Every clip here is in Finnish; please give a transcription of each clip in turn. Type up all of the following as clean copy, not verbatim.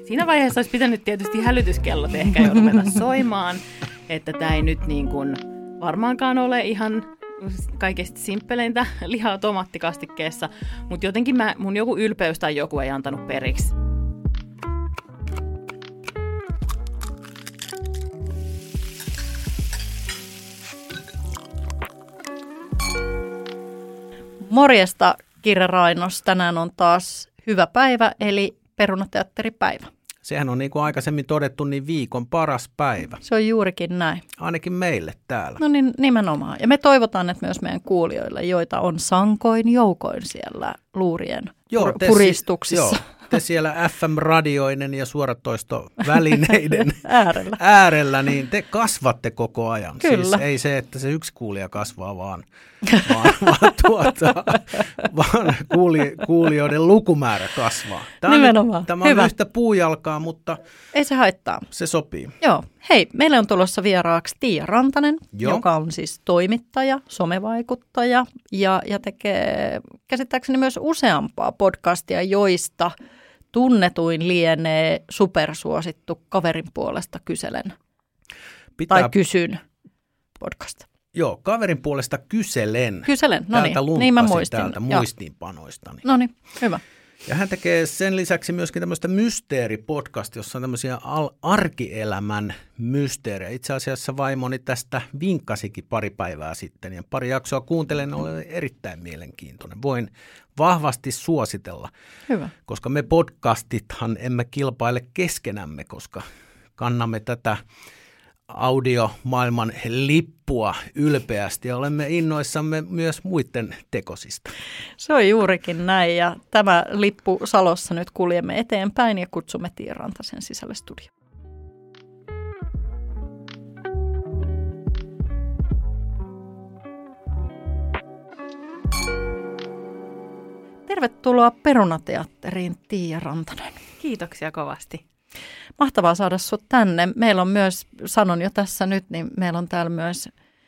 siinä vaiheessa olisi pitänyt tietysti hälytyskellot ehkä jo ruveta soimaan, että tämä ei nyt niin kuin varmaankaan ole ihan kaikista simppeleintä lihaa tomaattikastikkeessa, mutta jotenkin mun joku ylpeys tai joku ei antanut periksi. Morjesta, Kirja Rainos. Tänään on taas hyvä päivä, eli perunateatteripäivä. Sehän on niin kuin aikaisemmin todettu, niin viikon paras päivä. Se on juurikin näin. Ainakin meille täällä. No niin, nimenomaan. Ja me toivotaan, että myös meidän kuulijoille, joita on sankoin joukoin siellä luurien puristuksissa. Te siellä FM-radioinen ja suoratoistovälineiden äärellä, niin te kasvatte koko ajan. Kyllä. Siis ei se, että se yksi kuulija kasvaa, vaan kuulijoiden lukumäärä kasvaa. Tämä on yhtä puujalkaa, mutta ei se haittaa. Se sopii. Joo. Hei, meille on tulossa vieraaksi Tiia Rantanen, joka on siis toimittaja, somevaikuttaja ja tekee käsittääkseni myös useampaa podcastia, joista tunnetuin lienee supersuosittu Kaverin puolesta kyselen tai kysyn podcast. Joo, Kaverin puolesta kyselen. Kyselen, no niin. Niin mä muistin. Täältä muistiinpanoistani. No niin, hyvä. Ja hän tekee sen lisäksi myöskin tämmöistä mysteeripodcast, jossa on tämmöisiä arkielämän mysteerejä. Itse asiassa vaimoni tästä vinkkasikin pari päivää sitten ja pari jaksoa kuuntelen, olen erittäin mielenkiintoinen. Voin vahvasti suositella, hyvä. Koska me podcastithan emme kilpaile keskenämme, koska kannamme tätä audiomaailman lippua ylpeästi ja olemme innoissamme myös muiden tekosista. Se on juurikin näin ja tämä lippu salossa nyt kuljemme eteenpäin ja kutsumme Tiia Rantasen sisälle studioon. Tervetuloa Perunateatteriin, Tiia Rantanen. Kiitoksia kovasti. Mahtavaa saada sut tänne. Meillä on myös, sanon jo tässä nyt, niin meillä on täällä myös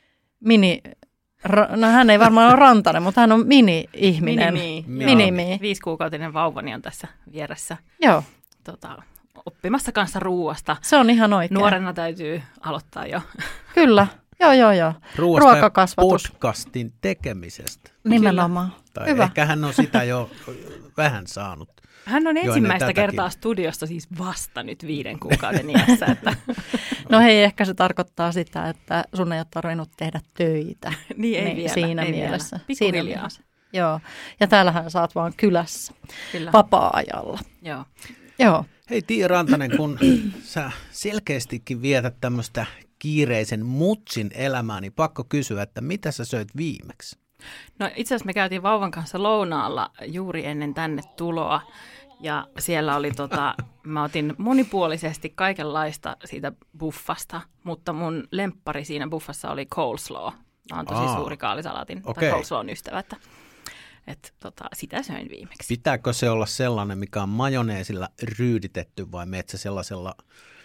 no hän ei varmaan ole Rantanen, mutta hän on mini-ihminen. Mini-mi. 5-kuukautinen vauvani on tässä vieressä. Joo. Oppimassa kanssa ruuasta. Se on ihan oikein. Nuorena täytyy aloittaa jo. Kyllä, joo. Ruokakasvatus. Ja podcastin tekemisestä. Nimenomaan. Tai hyvä. Ehkä hän on sitä jo vähän saanut. Hän on ensimmäistä kertaa studiossa siis vasta nyt 5 kuukauden iässä. Että. No hei, ehkä se tarkoittaa sitä, että sun ei ole tarvinnut tehdä töitä. Niin ei vielä. Siinä mielessä. Pikkuhiljaa. Joo, ja täällähän sä oot vaan kylässä. Kyllä. Vapaa-ajalla. Joo. Hei Tiia Rantanen, kun sä selkeästikin vietät tämmöistä kiireisen mutsin elämää, niin pakko kysyä, että mitä sä söit viimeksi? No itse asiassa me käytiin vauvan kanssa lounaalla juuri ennen tänne tuloa ja siellä oli mä otin monipuolisesti kaikenlaista siitä buffasta, mutta mun lemppari siinä buffassa oli coleslaw. Mä oon tosi suuri kaalisalaatin tai coleslawn ystävä, että sitä söin viimeksi. Pitääkö se olla sellainen, mikä on majoneesilla ryyditetty vai meetsä sellaisella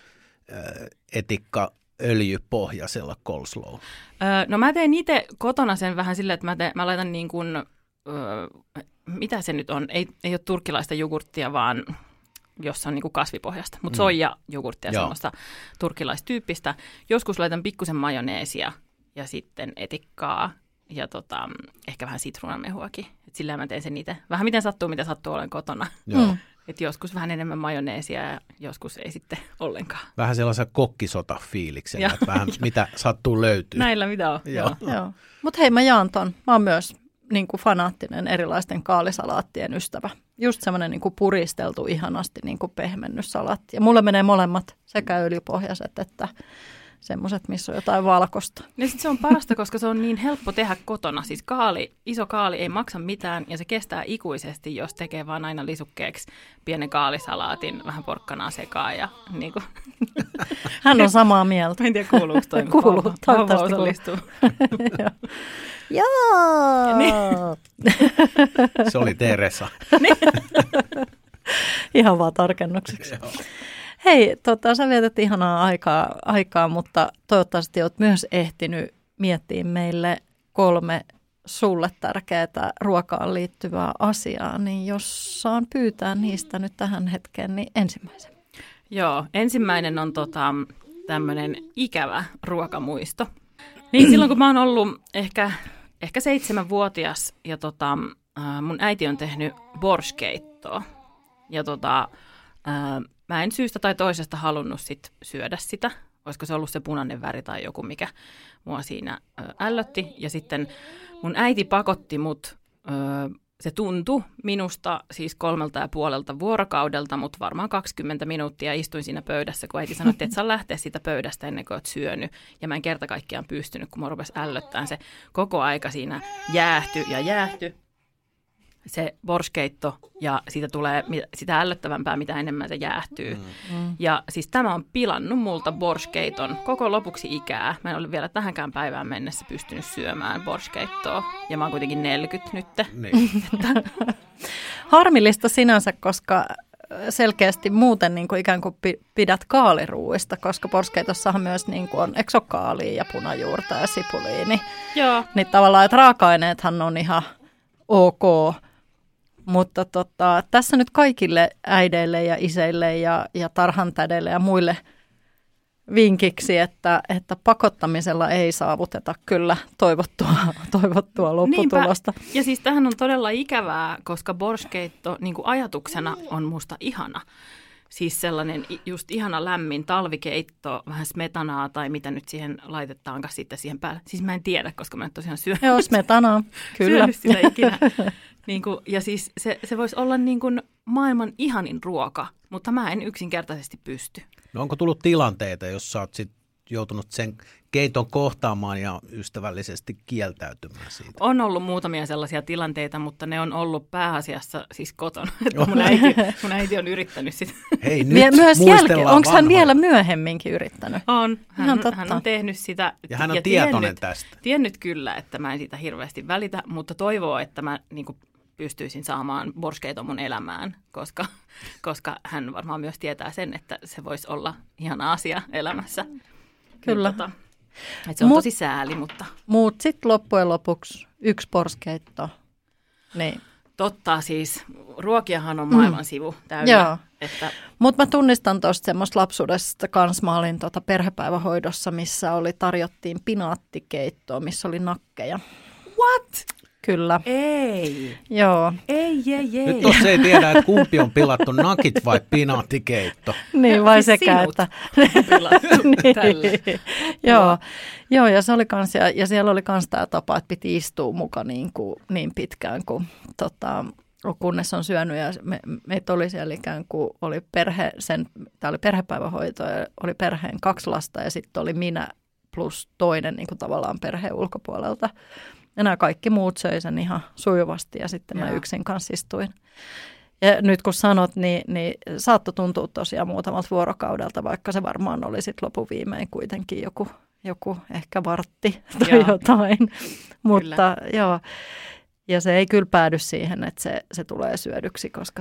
öljypohjaisella coleslaw? No mä teen itse kotona sen vähän silleen, että mä laitan niin kuin, mitä se nyt on, ei ole turkkilaista jogurttia, vaan jossa on niin kuin kasvipohjasta, mutta soijajogurttia, semmoista turkkilaistyyppistä. Joskus laitan pikkusen majoneesia ja sitten etikkaa ja ehkä vähän sitruunanmehuakin. Sillä mä teen sen itse. Vähän miten sattuu, mitä sattuu olen kotona. Joo. Et joskus vähän enemmän majoneesia ja joskus ei sitten ollenkaan. Vähän sellaisen kokkisota-fiiliksen, että vähän mitä sattuu löytyy. Näillä mitä on. Joo. Mutta hei, mä jaan ton. Mä oon myös niin kuin fanaattinen erilaisten kaalisalaattien ystävä. Just semmoinen niin kuin puristeltu ihanasti niin kuin pehmennyssalaatti. Ja mulle menee molemmat, sekä öljypohjaiset että semmoiset, missä on jotain valkoista. Ja sitten se on parasta, koska se on niin helppo tehdä kotona. Siis iso kaali ei maksa mitään ja se kestää ikuisesti, jos tekee vaan aina lisukkeeksi pienen kaalisalaatin, vähän porkkanaa sekaan. Ja, niin kuin. Hän on samaa mieltä. Mä en tiedä, kuuluuko toi. Kuuluu, toivottavasti osallistuu. Joo. Niin. Se oli Teresa. Ihan vaan tarkennukseksi. Hei, sä vietät ihanaa aikaa, mutta toivottavasti olet myös ehtinyt miettiä meille 3 sulle tärkeää ruokaan liittyvää asiaa, niin jos saan pyytää niistä nyt tähän hetkeen, niin ensimmäisen. Joo, ensimmäinen on tämmöinen ikävä ruokamuisto. Niin silloin kun mä oon ollut ehkä 7-vuotias ja mun äiti on tehnyt borskeittoa. Ja mä en syystä tai toisesta halunnut sit syödä sitä. Olisiko se ollut se punainen väri tai joku, mikä mua siinä ällötti. Ja sitten mun äiti pakotti mut, se tuntui minusta siis 3,5 vuorokaudelta, mutta varmaan 20 minuuttia istuin siinä pöydässä, kun äiti sanoi, että et saa lähteä siitä pöydästä ennen kuin olet syönyt. Ja mä en kerta kaikkiaan pystynyt, kun mä rupesi ällöttämään se koko aika siinä jäähtyi. Se borskeitto ja siitä tulee sitä ällöttävämpää, mitä enemmän se jäähtyy. Ja siis tämä on pilannut multa borskeiton koko lopuksi ikää. Mä en ole vielä tähänkään päivään mennessä pystynyt syömään borskeittoa. Ja mä oon kuitenkin 40 nyt. Niin. Harmillista sinänsä, koska selkeästi muuten niin kuin ikään kuin pidät kaaliruuista, koska borskeitossahan myös niin kuin on eksokaalia ja punajuurta ja sipuliini. Joo. Niin tavallaan, että raaka-aineethan on ihan ok. Mutta tässä nyt kaikille äideille ja iseille ja tarhantädeille ja muille vinkiksi, että pakottamisella ei saavuteta kyllä toivottua lopputulosta. Niinpä. Ja siis tämähän on todella ikävää, koska borskeitto niin kuin ajatuksena on musta ihana. Siis sellainen just ihana lämmin talvikeitto, vähän smetanaa tai mitä nyt siihen laitetaankaan sitten siihen päälle. Siis mä en tiedä, koska mä en tosiaan syönyt. Joo, smetanaa, kyllä. Syönyt sitä ikinä. Niin kuin, ja siis se voisi olla niin kuin maailman ihanin ruoka, mutta mä en yksinkertaisesti pysty. No onko tullut tilanteita, jos sä oot sit joutunut sen keiton kohtaamaan ja ystävällisesti kieltäytymään siitä? On ollut muutamia sellaisia tilanteita, mutta ne on ollut pääasiassa siis kotona. Että mun äiti on yrittänyt sitä. Hei, nyt myös muistellaan onko hän vielä myöhemminkin yrittänyt? On. Hän on tehnyt sitä. Ja hän on tietoinen tästä. Tiennyt kyllä, että mä en siitä hirveästi välitä, mutta toivoo, että mä niin kuin pystyisin saamaan borskeiton mun elämään, koska hän varmaan myös tietää sen, että se voisi olla ihana asia elämässä. Kyllä. Että se on tosi sääli, mutta... Mutta sitten loppujen lopuksi 1 borskeitto. Niin. Totta, siis ruokiahan on maailman sivu täynnä. Joo. Että... Mutta mä tunnistan tuosta semmoista lapsuudesta kanssa. Mä olin perhepäivähoidossa, missä tarjottiin pinaattikeittoa, missä oli nakkeja. What? Kyllä. Ei. Joo. Ei. Nyt tuossa ei tiedä, että kumpi on pilattu, nakit vai pinaattikeitto. Niin, vai siis sekä, sinut että... on pilattu tälle. Joo, ja se oli kans, ja siellä oli myös tämä tapa, että piti istua mukaan niin pitkään, kunnes on syönyt. Ja meitä oli siellä ikään kuin, tämä oli perhepäivähoito, ja oli perheen 2 lasta, ja sitten oli minä plus toinen niin kuin tavallaan perheen ulkopuolelta. Ja nämä kaikki muut söi sen ihan sujuvasti ja sitten mä yksin kanssa istuin. Ja nyt kun sanot, niin saattoi tuntua tosiaan muutamalta vuorokaudelta, vaikka se varmaan oli sitten lopuviimein kuitenkin joku ehkä vartti tai jotain. Mutta joo, ja se ei kyllä päädy siihen, että se tulee syödyksi, koska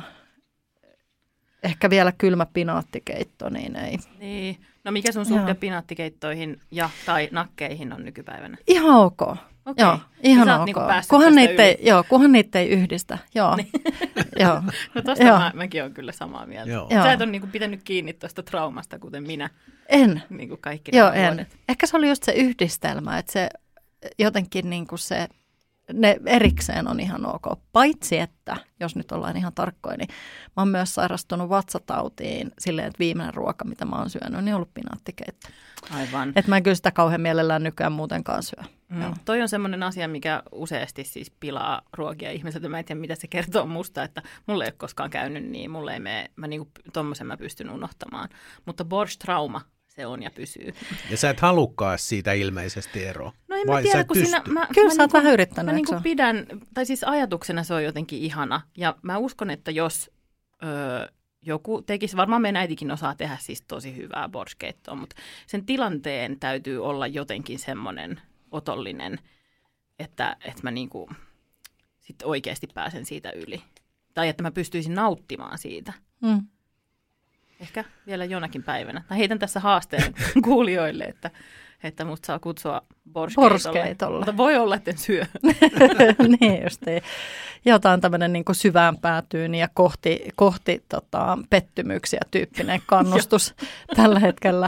ehkä vielä kylmä pinaattikeitto, niin ei. Niin. No mikä sun suhde pinaattikeittoihin tai nakkeihin on nykypäivänä? Ihan ok. Okay. Joo, ihan ok. Niinku kunhan niitä ei yhdistä. Joo. Joo. No tosta mäkin olen kyllä samaa mieltä. Joo. Sä et ole niinku pitänyt kiinni tuosta traumasta, kuten minä. En. Niinku kaikki en. Ehkä se oli just se yhdistelmä, että se jotenkin niinku ne erikseen on ihan ok. Paitsi että, jos nyt ollaan ihan tarkkoja, niin mä oon myös sairastunut vatsatautiin silleen, että viimeinen ruoka, mitä mä oon syönyt, niin on ollut pinaattikeitto. Aivan. Että mä en kyllä sitä kauhean mielellään nykyään muutenkaan syö. Toi on semmoinen asia, mikä useasti siis pilaa ruokia ihmiseltä. Mä en tiedä, mitä se kertoo musta, että mulle ei ole koskaan käynyt niin. Mulle ei mene, mä niinku tommosen mä pystyn unohtamaan. Mutta borscht-trauma, se on ja pysyy. Ja sä et halukkaan siitä ilmeisesti eroa. No en mä tiedä, kun kyllä sä oot vähän yrittänyt. Mä niinku pidän, tai siis ajatuksena se on jotenkin ihana. Ja mä uskon, että jos joku tekisi, varmaan meidän äitikin osaa tehdä siis tosi hyvää borskeittoa, mutta sen tilanteen täytyy olla jotenkin semmoinen otollinen, että mä niinku sit oikeasti pääsen siitä yli. Tai että mä pystyisin nauttimaan siitä. ehkä vielä jonakin päivänä. Tai heitän tässä haasteen kuulijoille, että musta saa kutsua borskeitolle. Mutta voi olla, etten syö. Niin just ei. Jotain tämmöinen niin kuin syvään päätyyn ja kohti pettymyksiä tyyppinen kannustus tällä hetkellä.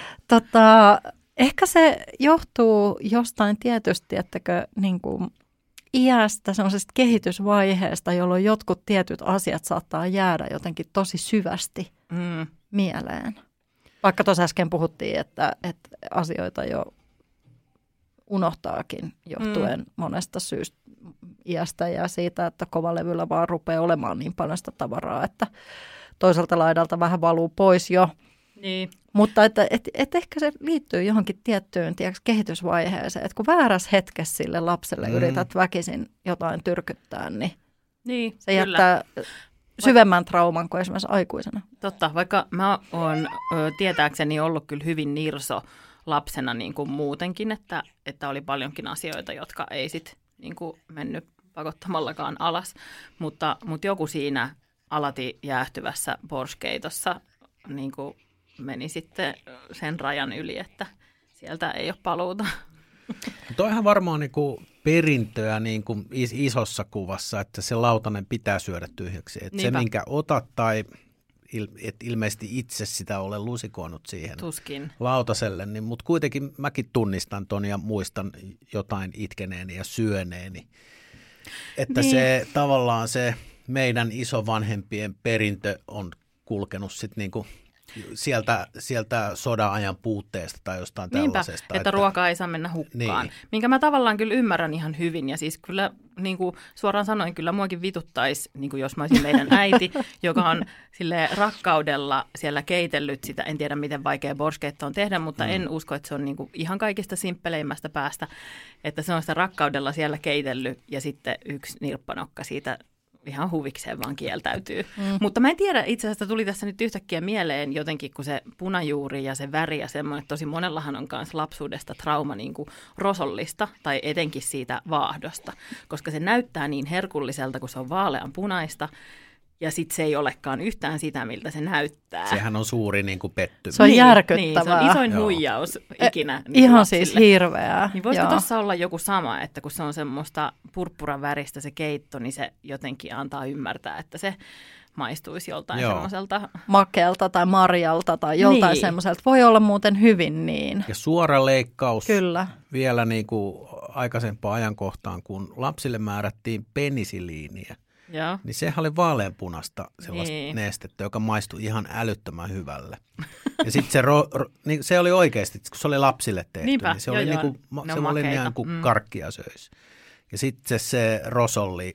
Ehkä se johtuu jostain tietysti, ettäkö niin kuin iästä, semmoisesta kehitysvaiheesta, jolloin jotkut tietyt asiat saattaa jäädä jotenkin tosi syvästi mieleen. Vaikka tuossa äsken puhuttiin, että asioita jo unohtaakin johtuen monesta syystä iästä ja siitä, että kovalevyllä vaan rupeaa olemaan niin paljon sitä tavaraa, että toiselta laidalta vähän valuu pois jo. Niin. Mutta että ehkä se liittyy johonkin tiettyyn kehitysvaiheeseen, että kun väärässä hetkessä sille lapselle yrität väkisin jotain tyrkyttää, niin se jättää syvemmän trauman kuin esimerkiksi aikuisena. Totta, vaikka mä oon tietääkseni ollut kyllä hyvin nirso lapsena niin kuin muutenkin, että oli paljonkin asioita, jotka ei sit niin kuin mennyt pakottamallakaan alas, mutta joku siinä alati jäähtyvässä borskeitossa niin kuin meni sitten sen rajan yli, että sieltä ei ole paluuta. Toihan varmaan niin kuin perintöä niin kuin isossa kuvassa, että se lautanen pitää syödä tyhjäksi. Että se, minkä otat tai et ilmeisesti itse sitä ole lusikoinut siihen lautaselle, niin, mutta kuitenkin mäkin tunnistan ton ja muistan jotain itkeneeni ja syöneeni. Että niin. Se tavallaan se meidän isovanhempien perintö on kulkenut sitten niinku sieltä sodan-ajan puutteesta tai jostain tällaisesta. Että ruokaa ei saa mennä hukkaan, niin. Minkä mä tavallaan kyllä ymmärrän ihan hyvin. Ja siis kyllä niin kuin suoraan sanoen, kyllä muakin vituttaisi, niin kuin jos mä olisin meidän äiti, joka on sille rakkaudella siellä keitellyt sitä. En tiedä, miten vaikea borskeitto on tehdä, mutta en usko, että se on niin kuin ihan kaikista simppeleimmästä päästä. Että se on sitä rakkaudella siellä keitellyt ja sitten yksi nirppanokka siitä ihan huvikseen vaan kieltäytyy. Mutta mä en tiedä, itse asiassa tuli tässä nyt yhtäkkiä mieleen jotenkin, kun se punajuuri ja se väri ja semmoinen, tosi monellahan on myös lapsuudesta trauma niin kuin rosollista tai etenkin siitä vaahdosta, koska se näyttää niin herkulliselta, kun se on vaalean punaista ja sitten se ei olekaan yhtään sitä, miltä se näyttää. Sehän on suuri niin kuin pettymys. Se on järkyttävää. Niin, se on isoin huijaus ikinä. Niin ihan lapsille. Siis hirveää. Niin voisiko tuossa olla joku sama, että kun se on semmoista purppuran väristä se keitto, niin se jotenkin antaa ymmärtää, että se maistuisi joltain semmoiselta makealta tai marjalta tai joltain semmoiselta. Voi olla muuten hyvin niin. Ja suora leikkaus Kyllä. vielä niin kuin aikaisempaan ajankohtaan, kun lapsille määrättiin penisiliiniä. Joo. Niin sehän oli vaaleanpunasta sellaista nestettä, joka maistui ihan älyttömän hyvälle. Ja sitten niin se oli oikeasti, kun se oli lapsille tehty, niin se oli, niinku, se oli niin kuin karkkia söisi. Ja sitten se rosolli,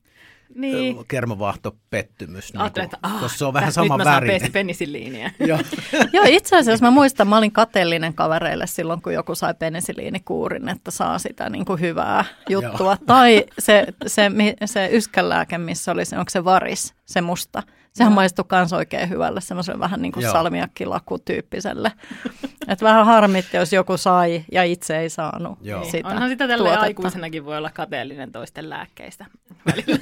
kermavahtopettymys, koska se on vähän sama väri. Nyt mä saan penisiliiniä. Joo, itse asiassa mä muistan, mä olin kateellinen kavereille silloin, kun joku sai penisiliinikuurin, että saa sitä niin kuin hyvää juttua. Tai se yskänlääke, missä oli se, onko se varis, se musta. Sehän maistui kans oikein hyvälle, semmoiselle vähän niin kuin salmiakkilakutyyppiselle. Että vähän harmitti, jos joku sai ja itse ei saanut sitä. Onhan sitä tälleen aikuisenakin voi olla kateellinen toisten lääkkeistä välillä.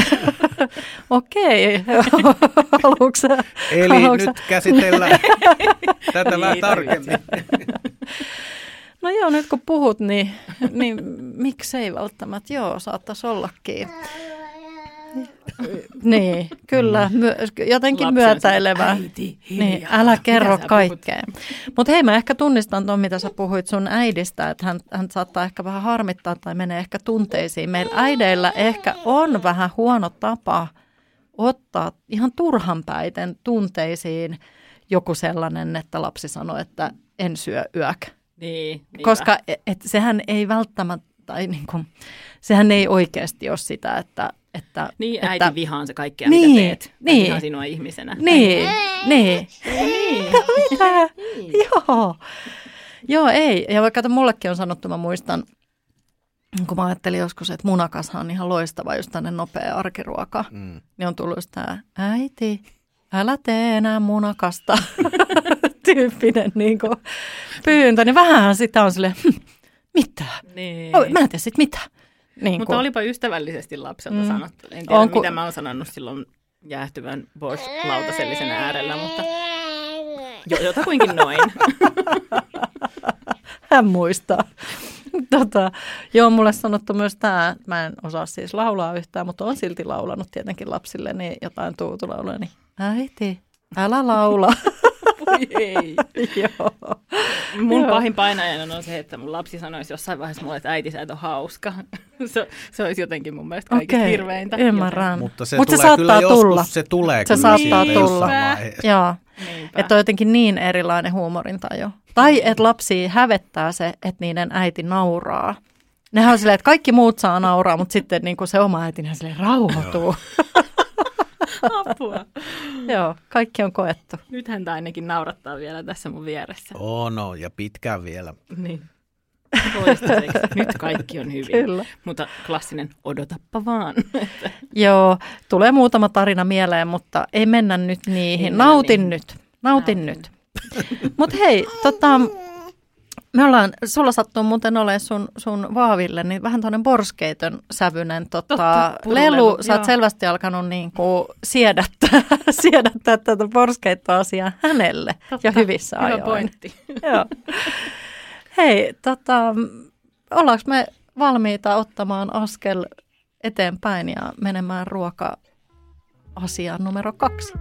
Okei. Haluatko Eli nyt käsitellään tätä vähän tarkemmin. No joo, nyt kun puhut, niin miksei välttämättä. Joo, saattaisi ollakin. Niin, kyllä, jotenkin lapsen myötäilevä. Äiti, niin, älä kerro kaikkea. Mutta hei, mä ehkä tunnistan tuon, mitä sä puhuit sun äidistä, että hän saattaa ehkä vähän harmittaa tai menee ehkä tunteisiin. Meillä äideillä ehkä on vähän huono tapa ottaa ihan turhanpäiten tunteisiin joku sellainen, että lapsi sanoo, että en syö yökä. Niin, koska sehän ei välttämättä, tai niin kuin, sehän ei oikeasti ole sitä, että äiti vihaan se kaikkea, mitä teet. Vihaan sinua ihmisenä. Niin. Mitä? Joo, ei. Ja vaikka mullekin on sanottu, mä muistan, kun mä ajattelin joskus, että munakashan on ihan loistava, just tänne nopea arkiruoka. Niin on tullut sitä, äiti, älä tee enää munakasta tyyppinen niin kuin pyyntö. Niin vähän sitä on silleen, mitä? Niin. Mä en tiedä sit mitä. Mutta olipa ystävällisesti lapselta sanottu. En tiedä, mitä mä oon sanonut silloin jäähtyvän Bosch-lautasellisen äärellä, mutta jotakuinkin noin. Hän muistaa. Joo, mulle sanottu myös tämä, mä en osaa siis laulaa yhtään, mutta olen silti laulanut tietenkin lapsilleni jotain tuutulauluja, niin äiti, älä laula. Voi ei. Joo. Mun pahin painajana on se, että mun lapsi sanoisi jossain vaiheessa mulle, että äiti, sä et ole hauska. Se olisi jotenkin mun mielestä kaikista hirveintä. Ymmärrän. Mutta se tulee saattaa kyllä tulla. Joskus, se tulee se kyllä saattaa tulla. Joo. Että on jotenkin niin erilainen huumorintaju. Tai että lapsia hävettää se, että niiden äiti nauraa. Nehän on silleen, että kaikki muut saa nauraa, mutta sitten niin kuin se oma äitihän silleen rauhoituu. Apua. Joo, kaikki on koettu. Nythän tämä ainakin naurattaa vielä tässä mun vieressä. No, ja pitkään vielä. Niin. Toistaiseksi. Nyt kaikki on hyvin. Kyllä. Mutta klassinen odotappa vaan. Joo, tulee muutama tarina mieleen, mutta ei mennä nyt niihin. Nautin nyt. Mutta hei, sulla sattuu muuten olemaan sun vaaville niin vähän tuonne borskeiton sävyinen lelu. Sä oot selvästi alkanut niinku siedättää tätä borskeittoasiaa hänelle. Totta, ja hyvissä ajoin. Hyvä pointti. Joo. Hei, ollaanko me valmiita ottamaan askel eteenpäin ja menemään ruoka-asiaan numero 2?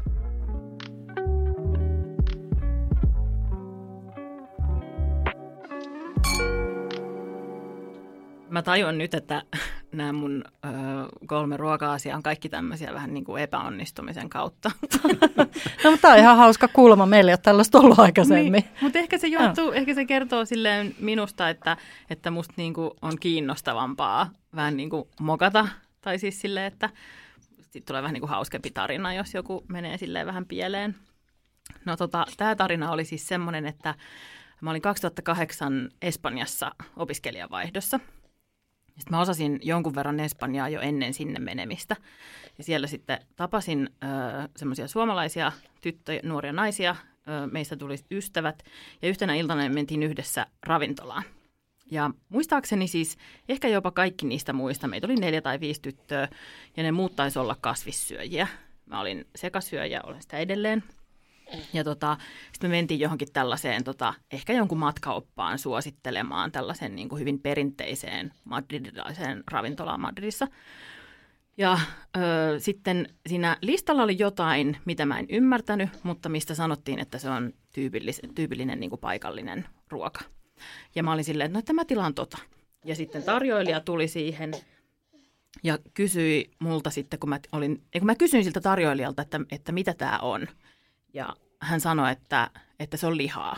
Mä tajuan nyt, että nämä mun 3 ruoka-asiaa on kaikki tämmöisiä vähän niin kuin epäonnistumisen kautta. No, mutta tämä on ihan hauska kulma. Meillä ei ole tällaista ollut aikaisemmin. Niin, mutta ehkä se kertoo silleen minusta, että musta niin kuin on kiinnostavampaa vähän niin kuin mokata. Tai siis silleen, että sitten tulee vähän niin kuin hauskempi tarina, jos joku menee silleen vähän pieleen. No tämä tarina oli siis semmoinen, että mä olin 2008 Espanjassa opiskelijavaihdossa. Sitten mä osasin jonkun verran espanjaa jo ennen sinne menemistä. Ja siellä sitten tapasin semmoisia suomalaisia tyttöjä, nuoria naisia. Meistä tuli ystävät ja yhtenä iltana mentiin yhdessä ravintolaan. Ja muistaakseni siis ehkä jopa kaikki niistä muista. Meitä oli 4 tai 5 tyttöä ja ne muut taisi olla kasvissyöjiä. Mä olin sekasyöjä, olen sitä edelleen. Ja sitten me mentiin johonkin tällaiseen ehkä jonkun matkaoppaan suosittelemaan tällaisen niin kuin hyvin perinteiseen madridilaiseen ravintolaan Madridissa. Ja sitten siinä listalla oli jotain, mitä mä en ymmärtänyt, mutta mistä sanottiin, että se on tyypillinen niin kuin paikallinen ruoka. Ja mä olin silleen, että mä tilaan . Ja sitten tarjoilija tuli siihen ja kysyi multa sitten, kun mä kysyin siltä tarjoilijalta, että mitä tämä on. Ja hän sanoi, että se on lihaa.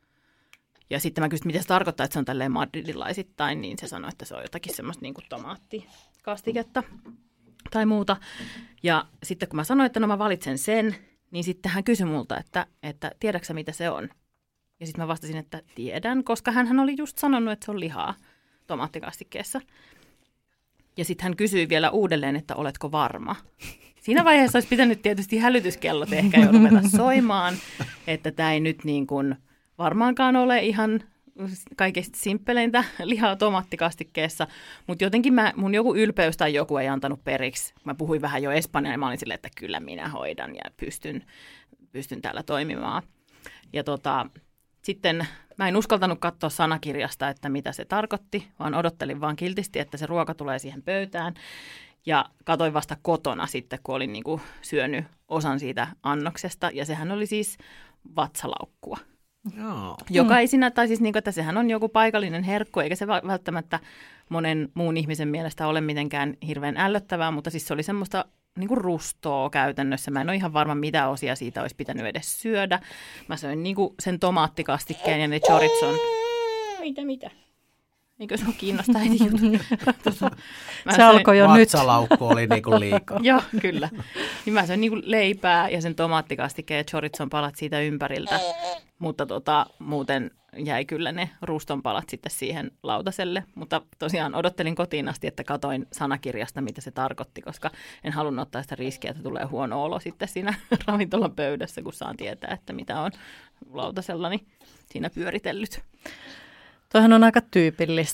Ja sitten mä kysyin, mitä se tarkoittaa, että se on tälleen madridilaisittain, niin se sanoi, että se on jotakin semmoista niin kuin tomaattikastiketta tai muuta. Ja sitten kun mä sanoin, että no mä valitsen sen, niin sitten hän kysyi multa, että tiedätkö mitä se on? Ja sitten mä vastasin, että tiedän, koska hän oli just sanonut, että se on lihaa tomaattikastikkeessa. Ja sitten hän kysyi vielä uudelleen, että oletko varma? Siinä vaiheessa olisi pitänyt tietysti hälytyskellot ehkä jo ruveta soimaan, että tämä ei nyt niin kuin varmaankaan ole ihan kaikista simppeleintä lihaa tomaattikastikkeessa, mutta jotenkin mun joku ylpeys tai joku ei antanut periksi. Mä puhuin vähän jo espanjaa ja mä olin silleen, että kyllä minä hoidan ja pystyn täällä toimimaan. Ja sitten mä en uskaltanut katsoa sanakirjasta, että mitä se tarkoitti, vaan odottelin vaan kiltisti, että se ruoka tulee siihen pöytään. Ja katsoin vasta kotona sitten, kun olin niinku syönyt osan siitä annoksesta. Ja sehän oli siis vatsalaukkua. Joka ei siinä, tai siis niinku, että sehän on joku paikallinen herkku, eikä se välttämättä monen muun ihmisen mielestä ole mitenkään hirveän ällöttävää, mutta siis se oli semmoista niinku rustoa käytännössä. Mä en ole ihan varma, mitä osia siitä olisi pitänyt edes syödä. Mä söin niinku sen tomaattikastikkeen ja ne chorizon. Mitä? Eikö sinua kiinnostaa heti jutut? Se alkoi jo nyt. Vatsalaukku oli niinku liikaa. Joo, kyllä. Niin mä söin niinku leipää ja sen tomaattikastikkeen ja chorizon palat siitä ympäriltä. Mutta muuten jäi kyllä ne ruston palat sitten siihen lautaselle. Mutta tosiaan odottelin kotiin asti, että katoin sanakirjasta, mitä se tarkoitti, koska en halunnut ottaa sitä riskiä, että tulee huono olo sitten siinä ravintolan pöydässä, kun saan tietää, että mitä on lautasellani siinä pyöritellyt. Toihan on aika tyypillistä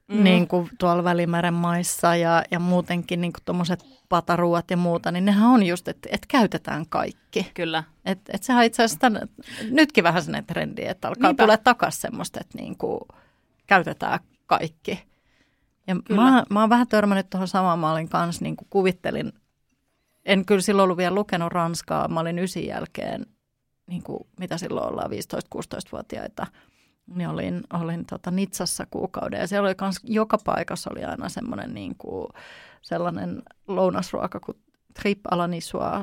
niin kuin tuolla Välimeren maissa ja muutenkin niin kuin tuommoiset pataruuat ja muuta, niin nehän on just, että käytetään kaikki. Kyllä. Että sehän itse asiassa nytkin vähän sellainen trendi, että alkaa tulla takaisin semmoista, että niin kuin käytetään kaikki. Ja mä oon vähän törmännyt tuohon samaan, mä olin kanssa niin kuin kuvittelin, en kyllä silloin ollut vielä lukenut ranskaa, mä olin 9 jälkeen, niin kuin, mitä silloin ollaan, 15-16-vuotiaita, niin olin Nitsassa kuukauden. Ja siellä oli kans, joka paikassa oli aina semmoinen niin kuin, sellainen lounasruoka kuin tripe à la niçoise.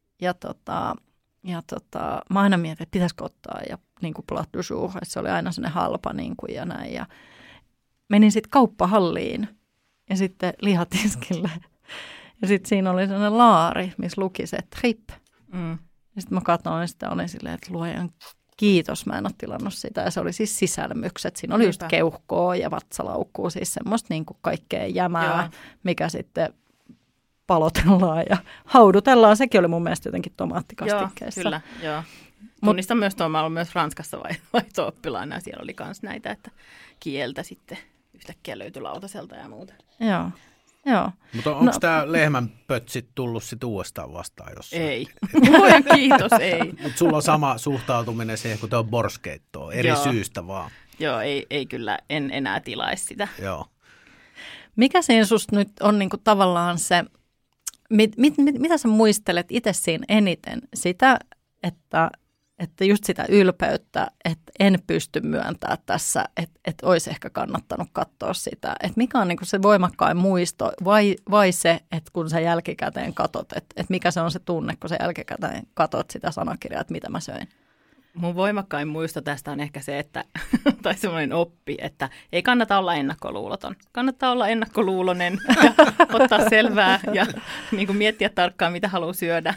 Ja mä aina mietin, että pitäisikö ottaa ja niin kuin plat du jour, että se oli aina sellainen halpa niin kuin, ja näin. Ja menin sitten kauppahalliin ja sitten lihatiskille. Ja sitten siinä oli sellainen laari, missä luki se tripe. Ja sitten mä katsoin sitä, olin silleen, että luojan kiitos, mä en ole tilannut sitä. Ja se oli siis sisälmykset. Siinä oli just keuhkoa ja vatsalaukkua, siis semmoista niin kuin kaikkea jämää, mikä sitten palotellaan ja haudutellaan. Sekin oli mun mielestä jotenkin tomaattikastikkeessa. Joo, kyllä, joo. Tunnistan myös tuon, mä olen myös Ranskassa vaihto-oppilaana ja siellä oli myös näitä, että kieltä sitten yhtäkkiä löytyi lautaselta ja muuta. Joo. Mutta onko tämä lehmänpötsit tullut sitten uudestaan vastaan jossain? Ei. Luojan kiitos, ei. Mutta sulla on sama suhtautuminen siihen, kun tuo borskeittoa, eri syystä vaan. Joo, ei kyllä, en enää tilaisi sitä. Joo. Mikä siinä susta nyt on niinku tavallaan se, mitä sä muistelet itse siinä eniten? Sitä, että just sitä ylpeyttä, että en pysty myöntämään tässä, että olisi ehkä kannattanut katsoa sitä. Että mikä on niinku se voimakkain muisto vai se, että kun sä jälkikäteen katot, että mikä se on se tunne, kun sä jälkikäteen katot sitä sanakirjaa, että mitä mä söin? Mun voimakkain muisto tästä on ehkä se, että, tai semmoinen oppi, että ei kannata olla ennakkoluuloton. Kannattaa olla ennakkoluulonen ja ottaa selvää ja niin kuin miettiä tarkkaan, mitä haluaa syödä.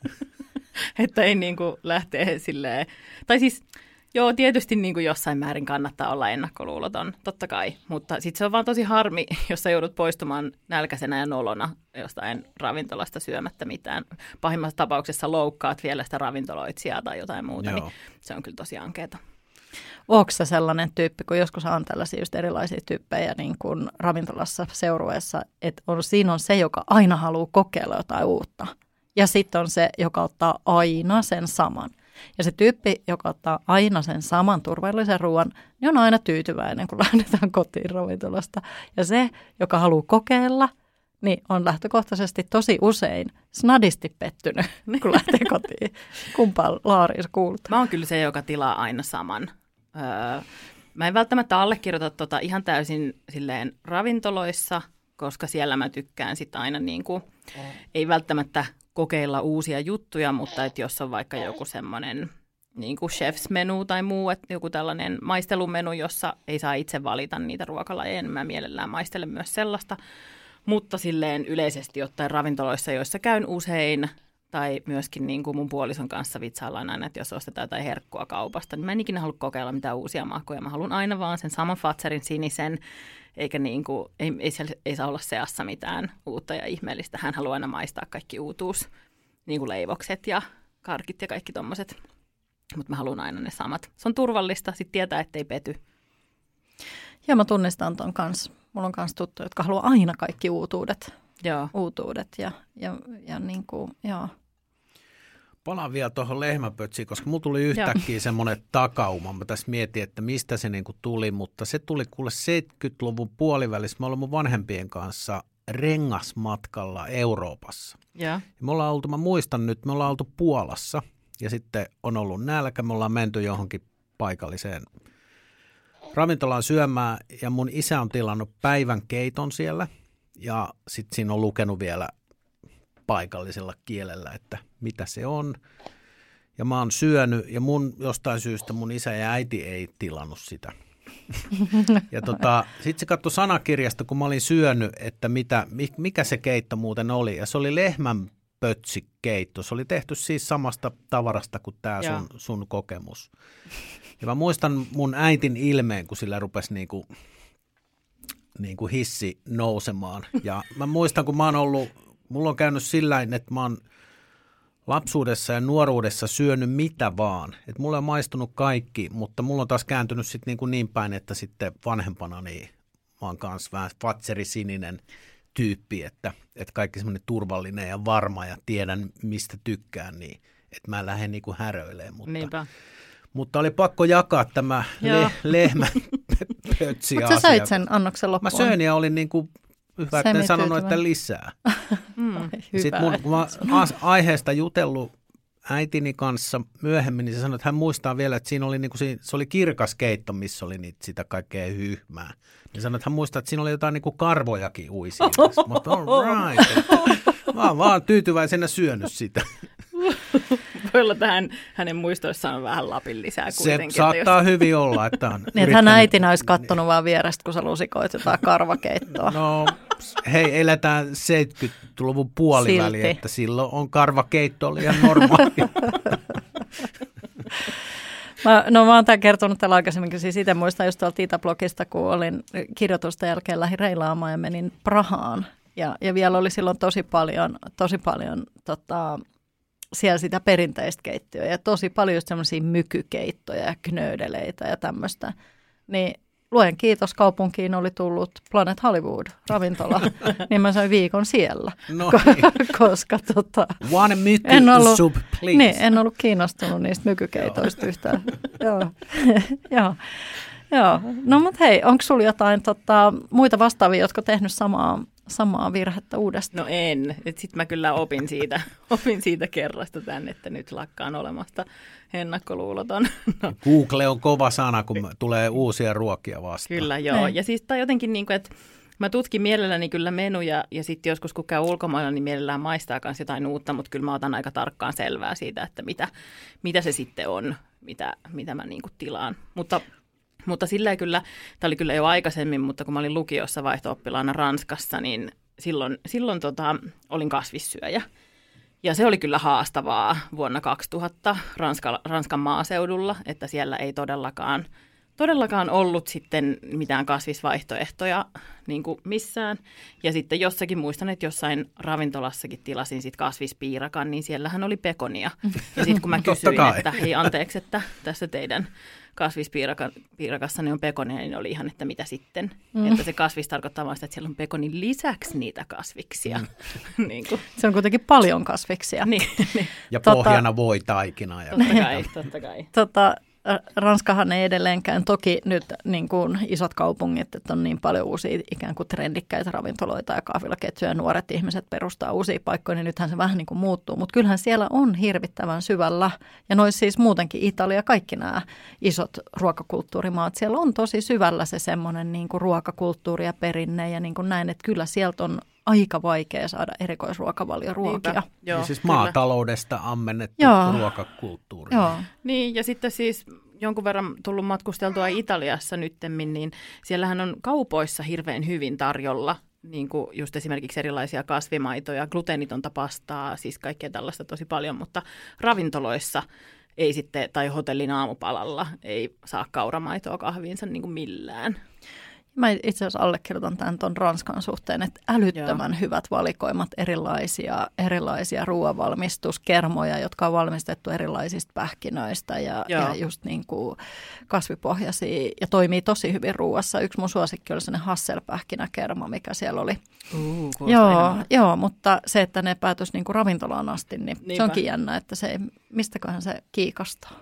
Että ei niin kuin lähtee silleen, tai siis joo, tietysti niin kuin jossain määrin kannattaa olla ennakkoluuloton, totta kai, mutta sitten se on vaan tosi harmi, jos sä joudut poistumaan nälkäisenä ja nolona jostain ravintolasta syömättä mitään. Pahimmassa tapauksessa loukkaat vielä sitä ravintoloitsijaa tai jotain muuta, niin se on kyllä tosi ankeeta. Onko se sellainen tyyppi, kun joskus on tällaisia just erilaisia tyyppejä niin kuin ravintolassa seurueessa, että siinä on se, joka aina haluaa kokeilla jotain uutta. Ja sitten on se, joka ottaa aina sen saman. Ja se tyyppi, joka ottaa aina sen saman turvallisen ruoan, niin on aina tyytyväinen, kun lähdetään kotiin ravintolasta. Ja se, joka haluaa kokeilla, niin on lähtökohtaisesti tosi usein snadisti pettynyt, kun lähtee kotiin. Kumpaan laariin sä kuulut? Mä oon kyllä se, joka tilaa aina saman. Mä en välttämättä allekirjoita ihan täysin silleen ravintoloissa, koska siellä mä tykkään sitten aina niin kuin, ei välttämättä kokeilla uusia juttuja, mutta että jos on vaikka joku semmoinen niin kuin chef's-menu tai muu, että joku tällainen maistelumenu, jossa ei saa itse valita niitä ruokalajeja, niin mä mielellään maistelen myös sellaista. Mutta silleen yleisesti ottaen ravintoloissa, joissa käyn usein, tai myöskin niin kuin mun puolison kanssa vitsaillaan aina, että jos ostetaan jotain herkkua kaupasta, niin mä en ikinä halua kokeilla mitään uusia makuja. Mä haluan aina vaan sen saman Fazerin sinisen, eikä niin kuin, ei saa olla seassa mitään uutta ja ihmeellistä. Hän haluaa aina maistaa kaikki uutuus, niin kuin leivokset ja karkit ja kaikki tommoset. Mutta mä haluan aina ne samat. Se on turvallista, sitten tietää, ettei pety. Joo, mä tunnistan ton kanssa. Mulla on kanssa tuttuja, jotka haluaa aina kaikki uutuudet. Joo. Uutuudet ja niin kuin, joo. Palaan vielä tuohon lehmäpötsiin, koska mulla tuli yhtäkkiä semmoinen takauma. Mä tässä mietin, että mistä se niinku tuli, mutta se tuli kuule 70-luvun puolivälissä. Mä olin mun vanhempien kanssa rengasmatkalla Euroopassa. Ja me ollaan oltu, mä muistan nyt, me ollaan oltu Puolassa ja sitten on ollut nälkä. Me ollaan menty johonkin paikalliseen ravintolaan syömään ja mun isä on tilannut päivän keiton siellä ja sitten siinä on lukenut vielä paikallisella kielellä, että mitä se on. Ja mä oon syönyt ja jostain syystä mun isä ja äiti ei tilannut sitä. Ja sitten se katsoi sanakirjasta, kun mä olin syönyt, että mikä se keitto muuten oli. Ja se oli lehmänpötsikeitto. Se oli tehty siis samasta tavarasta kuin tämä sun kokemus. Ja mä muistan mun äitin ilmeen, kun sillä rupesi niinku hissi nousemaan. Ja mä muistan, kun mulla on käynyt sillä tavalla, että mä oon lapsuudessa ja nuoruudessa syönyt mitä vaan. Että mulla on maistunut kaikki, mutta mulla on taas kääntynyt sitten niin päin, että sitten vanhempana niin mä oon kanssa vähän fatserisininen tyyppi, että kaikki semmoinen turvallinen ja varma ja tiedän mistä tykkään, niin että mä lähden niinku häröilemään. Mutta oli pakko jakaa tämä lehmän pötsi asia. Mutta sä sait sen annoksen loppuun. Mä söin ja olin niinku hyvä, että en sanonut, että lisää. Sitten kun mä aiheesta jutellut äitini kanssa myöhemmin, niin se sanoi, että hän muistaa vielä, että siinä oli se oli kirkas keitto, missä oli sitä kaikkea hyhmää. Niin sanoi, että hän muistaa, että siinä oli jotain niinku karvojakin ui siinä. Mutta all right. Mä oon vaan tyytyväisenä syönyt sitä. Voi olla tähän hänen muistoissaan on vähän Lapin lisää kuitenkin. Se saattaa hyvin olla, että on niin, että hän äitinä olisi kattonut vaan vierestä, kun sä lusikoit jotain karvakeittoa. No, hei, eletään 70-luvun puoliväli, että silloin on karvakeitto oli ihan normaali. Mä oon tämän kertonut täällä aikaisemminkin, siis itse muistan just tuolta Itä-blogista, kun olin kirjoitusta jälkeen lähdin reilaamaan ja menin Prahaan. Ja vielä oli silloin tosi paljon siellä sitä perinteistä keittiöä ja tosi paljon just semmoisia mykykeittoja ja knöydeleitä ja tämmöistä. Niin luen kiitos, kaupunkiin oli tullut Planet Hollywood-ravintola, niin mä sain viikon siellä, koska one myky soup, please. Niin, en ollut kiinnostunut niistä mykykeitoista yhtään. Joo. No mutta hei, onko sulla jotain muita vastaavia, jotka on tehnyt samaa virhettä uudestaan? No en. Sitten mä kyllä opin siitä kerrasta tämän, että nyt lakkaan olemasta ennakkoluuloton. No. Google on kova sana, kun tulee uusia ruokia vastaan. Kyllä, joo. Ei. Ja siis tämä jotenkin niin kuin, että mä tutkin mielelläni kyllä menuja ja sitten joskus kun käy ulkomailla, niin mielellään maistaa myös jotain uutta, mutta kyllä mä otan aika tarkkaan selvää siitä, että mitä se sitten on, mitä mä niin kuin tilaan. Mutta sillä kyllä, tämä oli kyllä jo aikaisemmin, mutta kun mä olin lukiossa vaihto-oppilaana Ranskassa, niin silloin olin kasvissyöjä. Ja se oli kyllä haastavaa vuonna 2000 Ranskan maaseudulla, että siellä ei todellakaan ollut sitten mitään kasvisvaihtoehtoja niin kuin missään. Ja sitten jossakin, muistan, että jossain ravintolassakin tilasin sit kasvispiirakan, niin siellähän oli pekonia. Ja sitten kun mä kysyin, että hei anteeksi, että tässä teidän kasvispiirakassani on pekonia, niin oli ihan, että mitä sitten. Että se kasvis tarkoittaa vaan sitä, että siellä on pekonin lisäksi niitä kasviksia. Niin kuin. Se on kuitenkin paljon kasviksia. Niin. Ja pohjana voi taikinaa. Totta kai. Ranskahan ei edelleenkään, toki nyt niin kuin isot kaupungit, että on niin paljon uusia ikään kuin trendikkäitä ravintoloita ja kahvilaketjuja ja nuoret ihmiset perustaa uusia paikkoja, niin nythän se vähän niin kuin muuttuu. Mutta kyllähän siellä on hirvittävän syvällä, ja noissa siis muutenkin Italia, kaikki nämä isot ruokakulttuurimaat, siellä on tosi syvällä se semmoinen niin kuin ruokakulttuuri ja perinne ja niin kuin näin, että kyllä sieltä on aika vaikea saada erikoisruokavalioruokia. Joo, siis maataloudesta ammennettu ruokakulttuuri. Joo. Niin, ja sitten siis jonkun verran tullut matkusteltua Italiassa nyttemmin, niin siellähän on kaupoissa hirveän hyvin tarjolla niin kuin just esimerkiksi erilaisia kasvimaitoja, gluteenitonta pastaa, siis kaikkea tällaista tosi paljon, mutta ravintoloissa ei sitten, tai hotellin aamupalalla ei saa kauramaitoa kahviinsa niin kuin millään. Mä itse asiassa allekirjoitan tämän tuon Ranskan suhteen, että älyttömän hyvät valikoimat erilaisia ruoanvalmistuskermoja, jotka on valmistettu erilaisista pähkinöistä ja just niin kuin kasvipohjaisia ja toimii tosi hyvin ruoassa. Yksi mun suosikki oli sellainen Hassel-pähkinäkerma, mikä siellä oli. Joo, mutta se, että ne päätös niin kuin ravintolaan asti, niin se onkin jännä, että se, mistäköhän se kiikastaa.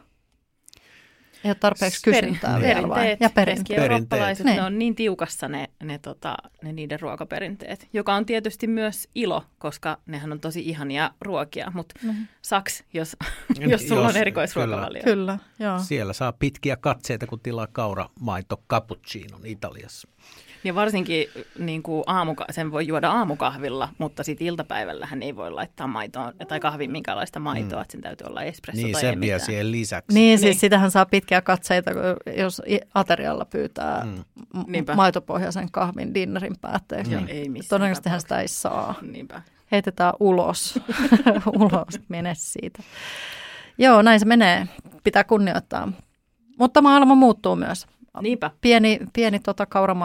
Ei ole tarpeeksi kysyntää vielä vai? Ja perinteet. Ne on niin tiukassa ne niiden ruokaperinteet, joka on tietysti myös ilo, koska nehän on tosi ihania ruokia, mutta saks, jos sulla on erikoisruokavalio. Kyllä, joo. Siellä saa pitkiä katseita, kun tilaa kauramaito cappuccinon Italiassa. Ja varsinkin niin kuin sen voi juoda aamukahvilla, mutta sitten iltapäivällähän ei voi laittaa maitoa tai kahviin minkälaista maitoa, että sen täytyy olla espresso niin, tai se ei mitään. siihen lisäksi. Niin, siis sitähän saa pitkiä katseita, jos aterialla pyytää maitopohjaisen kahvin dinnerin päätteeksi. Todennäköisesti sitä ei saa. Niinpä. Heitetään ulos, mene siitä. Joo, näin se menee. Pitää kunnioittaa. Mutta maailma muuttuu myös. Niinpä. Pieni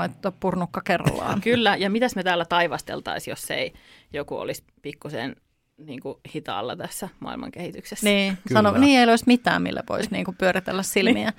kauramaitopurnukka kerrallaan. Kyllä, ja mitäs me täällä taivasteltaisiin, jos ei joku olisi pikkusen niin kuin hitaalla tässä maailman kehityksessä. Niin, niin ei olisi mitään, millä voisi niin kuin pyöritellä silmiä.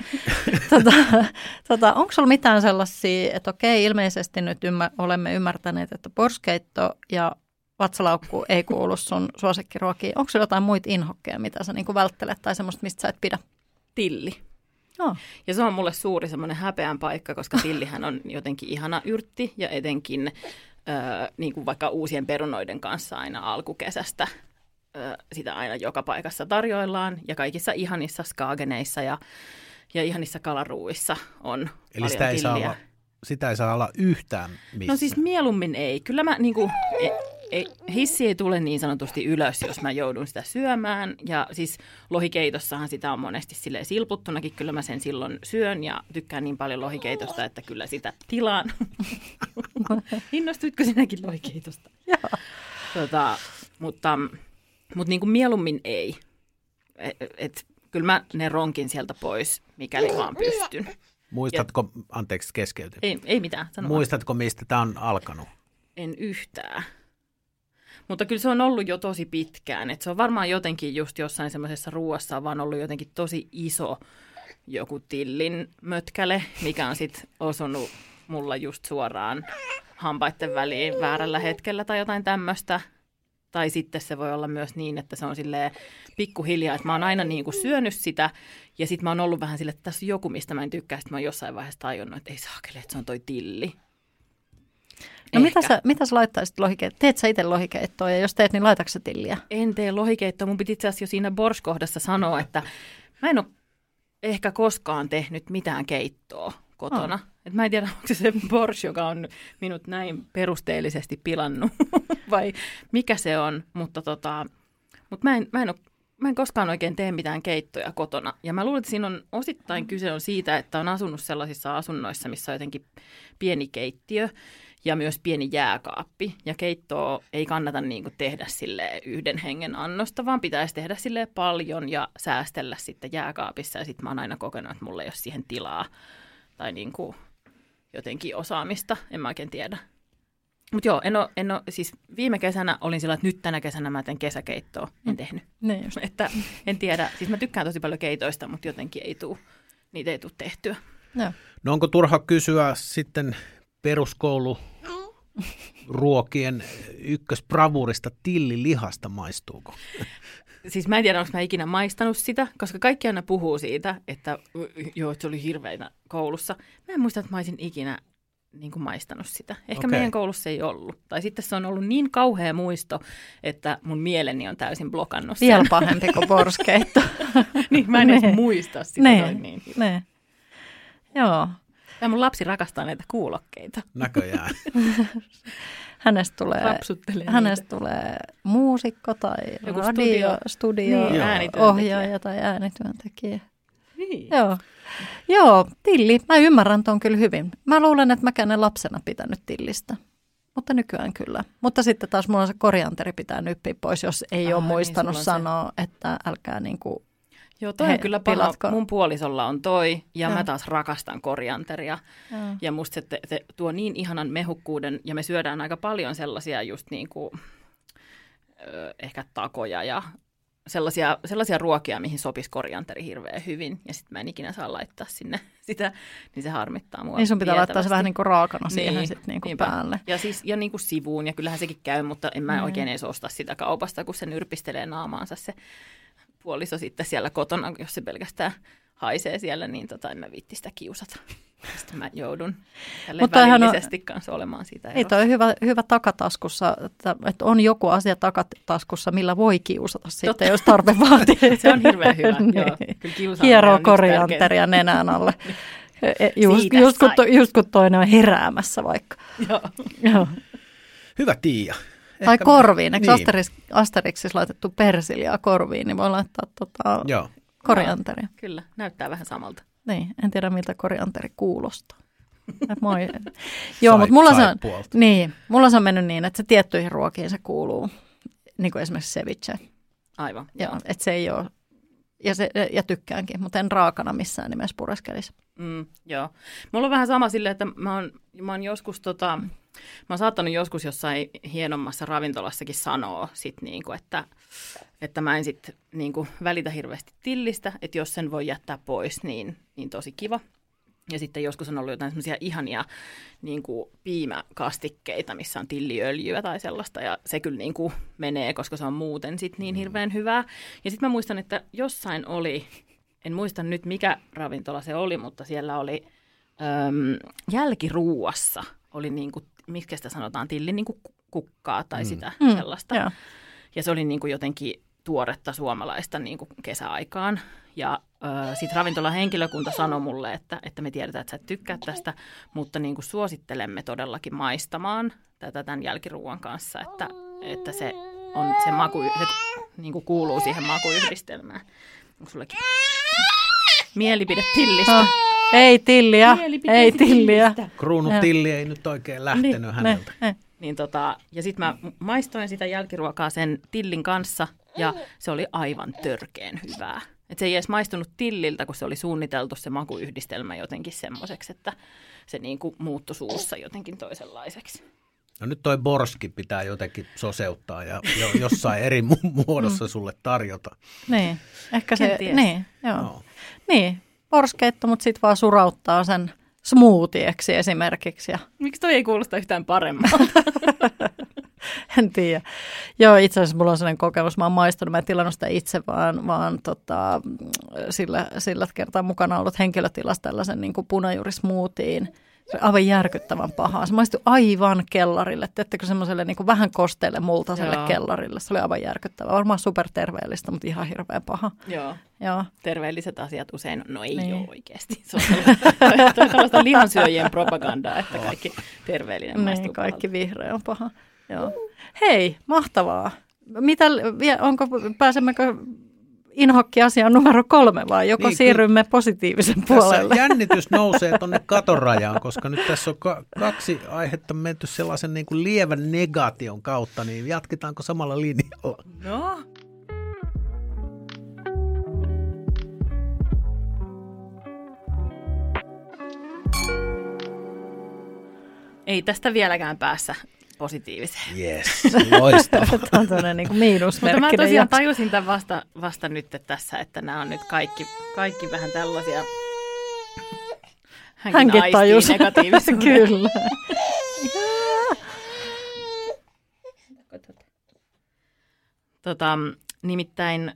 Onko sulla mitään sellaisia, että okei, ilmeisesti nyt olemme ymmärtäneet, että porskeitto ja vatsalaukku ei kuulu sun suosikkiruokiin. Onko sulla jotain muita inhokkeja, mitä sä niin kuin välttelet tai semmoista, mistä sä et pidä? Tilli. Oh. Ja se on mulle suuri semmoinen häpeän paikka, koska tillihän on jotenkin ihana yrtti ja etenkin niin kuin vaikka uusien perunoiden kanssa aina alkukesästä sitä aina joka paikassa tarjoillaan ja kaikissa ihanissa skaageneissa ja ihanissa kalaruuissa on eli paljon sitä ei saa olla yhtään missään. No siis mieluummin ei. Kyllä mä niinku, hissi ei tule niin sanotusti ylös, jos mä joudun sitä syömään. Ja siis lohikeitossahan sitä on monesti silleen silputtunakin. Kyllä mä sen silloin syön ja tykkään niin paljon lohikeitosta, että kyllä sitä tilaan. Innostuitko sinäkin lohikeitosta? Joo. Mutta niin kuin mieluummin ei. Kyllä mä ne ronkin sieltä pois, mikäli vaan pystyn. Muistatko, anteeksi keskeytyn. Ei mitään, sano Muistatko, mistä tämä on alkanut? En yhtään. Mutta kyllä se on ollut jo tosi pitkään. Et se on varmaan jotenkin just jossain semmoisessa ruuassa vaan ollut jotenkin tosi iso joku tillin mötkäle, mikä on sitten osunut mulla just suoraan hampaitten väliin väärällä hetkellä tai jotain tämmöistä. Tai sitten se voi olla myös niin, että se on silleen pikkuhiljaa, että mä oon aina niin kuin syönyt sitä ja sitten mä oon ollut vähän silleen, että tässä on joku, mistä mä en tykkää. Sitten mä oon jossain vaiheessa tajunnut, että ei saakeli, että se on toi tilli. No mitä sä laittaisit lohikeittoa? Teet sä itse lohikeittoa ja jos teet, niin laitatko sä tilliä? En tee lohikeittoa. Mun piti itse asiassa jo siinä Borsch-kohdassa sanoa, että mä en ole ehkä koskaan tehnyt mitään keittoa kotona. Et mä en tiedä, onko se Borsch, joka on minut näin perusteellisesti pilannut vai mikä se on, mutta mä en koskaan oikein tee mitään keittoja kotona. Ja mä luulen, että siinä on osittain kyse on siitä, että on asunut sellaisissa asunnoissa, missä on jotenkin pieni keittiö ja myös pieni jääkaappi. Ja keittoa ei kannata niin kuin tehdä sille yhden hengen annosta, vaan pitäisi tehdä sille paljon ja säästellä sitten jääkaapissa. Ja sitten mä oon aina kokenut, että mulla ei ole siihen tilaa tai niin kuin jotenkin osaamista, en mä oikein tiedä. Mutta joo, en ole, siis viime kesänä olin sillä, että nyt tänä kesänä mä teen kesäkeittoa, en tehnyt. Että en tiedä, siis mä tykkään tosi paljon keitoista, mutta jotenkin niitä ei tule tehtyä. No onko turha kysyä sitten peruskouluruokien ykkösbravurista tillilihasta, maistuuko? Siis mä en tiedä, onko mä ikinä maistanut sitä, koska kaikki aina puhuu siitä, että joo, se oli hirveänä koulussa. Mä en muista, että mä olisin ikinä niin kuin maistanut sitä. Ehkä meidän koulussa ei ollut. Tai sitten se on ollut niin kauhea muisto, että mun mieleni on täysin blokannut sen. Vielä pahempi kuin porskeitto. Niin, mä en edes muista sitä. Ne. Joo. Ja mun lapsi rakastaa näitä kuulokkeita. Näköjään. Hänestä tulee muusikko tai radio-studio-ohjaaja tai äänityöntekijä. Niin. Joo, tilli. Mä ymmärrän ton kyllä hyvin. Mä luulen, että mäkään en lapsena pitänyt tillistä. Mutta nykyään kyllä. Mutta sitten taas mulla se korianteri pitää nyppiä pois, jos ei ole muistanut sanoa, että älkää niinku joo, toi on kyllä paha. Mun puolisolla on toi ja mä taas rakastan korianteria. Ja musta se tuo niin ihanan mehukkuuden ja me syödään aika paljon sellaisia just niinku ehkä takoja ja sellaisia ruokia, mihin sopisi korianteri hirveän hyvin. Ja sitten mä en ikinä saa laittaa sinne sitä, niin se harmittaa mua. Niin sun pitää laittaa se vähän niin kuin raakana siihen sitten niin kuin päälle. Ja siis ja niin kuin sivuun ja kyllähän sekin käy, mutta en mä oikein edes osta sitä kaupasta, kun se nyrpistelee naamaansa se puoliso sitten siellä kotona, jos se pelkästään haisee siellä, niin en mä viitti sitä kiusata. Sitten mä joudun välillisesti kanssa olemaan siitä erossa. Ei toi hyvä takataskussa, että on joku asia takataskussa, millä voi kiusata sitten, jos tarve vaatii. Se on hirveän hyvä, joo. Hieroo korianteria nenään alle. Just kun toinen on heräämässä vaikka. Joo. Hyvä Tiia. Tai korviin. Eikö Asterixissa laitettu persiliaa korviin, niin voi laittaa korianteria. Kyllä, näyttää vähän samalta. Niin, en tiedä miltä korianteri kuulostaa. Joo, mutta mulla se on mennyt niin, että se tiettyihin ruokiin se kuuluu, niin kuin esimerkiksi ceviche. Aivan. Joo, että se ei ole ja tykkäänkin, mutta en raakana missään nimessä pureskelisi. Joo. Mulla on vähän sama silleen, että mä oon joskus mä oon saattanut joskus jossain hienommassa ravintolassakin sanoa sit niinku, että mä en sit niinku välitä hirveästi tillistä, että jos sen voi jättää pois, niin tosi kiva. Ja sitten joskus on ollut jotain semmoisia ihania niinku piimäkastikkeita, missä on tilliöljyä tai sellaista, ja se kyllä niinku menee, koska se on muuten sit niin hirveän hyvää. Ja sitten mä muistan, että jossain oli, en muista nyt mikä ravintola se oli, mutta siellä oli jälkiruuassa oli niinku, miksi sitä sanotaan, tillin niinku kukkaa tai sitä sellaista. Yeah. Ja se oli niinku jotenkin tuoretta suomalaista niinku kesäaikaan. Ja sitten ravintolan henkilökunta sanoi mulle, että me tiedetään, että sä et tykkää tästä, mutta niinku suosittelemme todellakin maistamaan tätä tämän jälkiruuan kanssa, että se on se maku, se niinku kuuluu siihen makuyhdistelmään. Onko sullekin mielipide tillistä? Ei tilliä, ei tilliä. Kruunutilli ei nyt oikein lähtenyt häneltä. Niin ja sitten mä maistoin sitä jälkiruokaa sen tillin kanssa ja se oli aivan törkeen hyvää. Et se ei edes maistunut tilliltä, kun se oli suunniteltu se makuyhdistelmä jotenkin semmoiseksi, että se niinku muuttui suussa jotenkin toisenlaiseksi. No nyt toi borski pitää jotenkin soseuttaa ja jossain eri muodossa sulle tarjota. Niin, ehkä se, niin, joo. No. Niin, borskeitto, mutta sitten vaan surauttaa sen smoothieksi esimerkiksi. Miksi toi ei kuulosta yhtään paremmalta? En tiedä. Joo, itse asiassa mulla on sellainen kokemus. Mä oon maistunut, mä en tilannut sitä itse, vaan sillä kertaa mukana ollut henkilötilassa tällaisen niin kuin punajuurismoothien. Se oli aivan järkyttävän pahaa. Se maistui aivan kellarille. Teettekö semmoiselle niin kuin vähän kosteelle multaiselle kellarille? Se oli aivan järkyttävää. Varmaan superterveellistä, mutta ihan hirveän paha. Joo. Terveelliset asiat usein, no ei ole oikeasti. Se on tällaista lihansyöjien propagandaa, että kaikki terveellinen maistuu pahalta. Kaikki vihreä on paha. Joo. Hei, mahtavaa. Pääsemmekö inhokki-asiaan numero 3 vai joko niin, siirrymme positiivisen puolelle? Tässä jännitys nousee tuonne katorajaan, koska nyt tässä on 2 aihetta menty sellaisen niin kuin lievän negaation kautta, niin jatketaanko samalla linjalla? No. Ei tästä vieläkään päässä positiiviseen. Yes, loistavaa. Tämä on tämmöinen niin kuin miinusmerkkinen. Mutta mä tosiaan tajusin tämän vasta nyt tässä, että nämä on nyt kaikki vähän tällaisia hänkin aistii negatiivisia. Kyllä. Nimittäin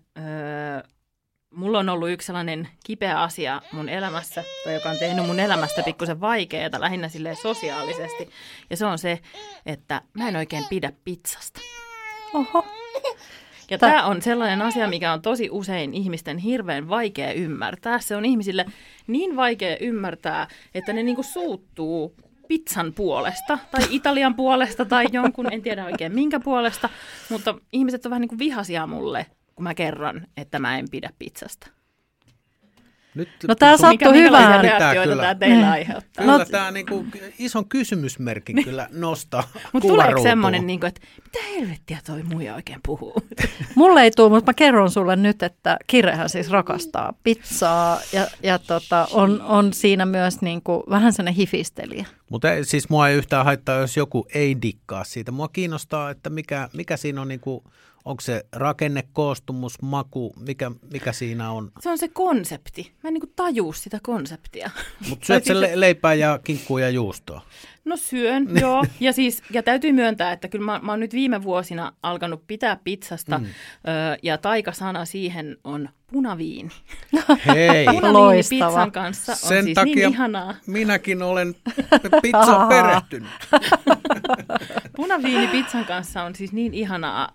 mulla on ollut yksi sellainen kipeä asia mun elämässä, tai joka on tehnyt mun elämästä pikkusen vaikeaa, lähinnä silleen sosiaalisesti. Ja se on se, että mä en oikein pidä pizzasta. Oho. Ja tämä on sellainen asia, mikä on tosi usein ihmisten hirveän vaikea ymmärtää. Se on ihmisille niin vaikea ymmärtää, että ne niinku suuttuu pizzan puolesta tai Italian puolesta tai jonkun, en tiedä oikein minkä puolesta, mutta ihmiset on vähän niin kuin vihaisia mulle, kun mä kerron, että mä en pidä pizzasta. Nyt, no tämä sattui hyvään. Reaktioita tämä teillä aiheuttaa? Kyllä tämä niinku ison kysymysmerkin kyllä nostaa kuvaruutuun. Mutta tuleeko semmoinen, niinku, että mitä helvettiä toi muija oikein puhuu? Mulle ei tule, mutta mä kerron sulle nyt, että Kirehän siis rakastaa pizzaa ja on siinä myös niinku vähän sellainen hifistelijä. Mutta siis mua ei yhtään haittaa, jos joku ei dikkaa siitä. Mua kiinnostaa, että mikä siinä on niinku... Onko se rakenne, koostumus, maku, mikä siinä on? Se on se konsepti. Mä en niin kuin tajuu sitä konseptia. Mutta syöt sen leipää ja kinkkua ja juustoa? No syön, joo. Ja täytyy myöntää, että kyllä mä oon nyt viime vuosina alkanut pitää pizzasta ja taikasana siihen on punaviini. Hei! Punaviini pizzan kanssa on sen siis takia niin ihanaa. Minäkin olen pizzan perehtynyt. Punaviini pizzan kanssa on siis niin ihanaa,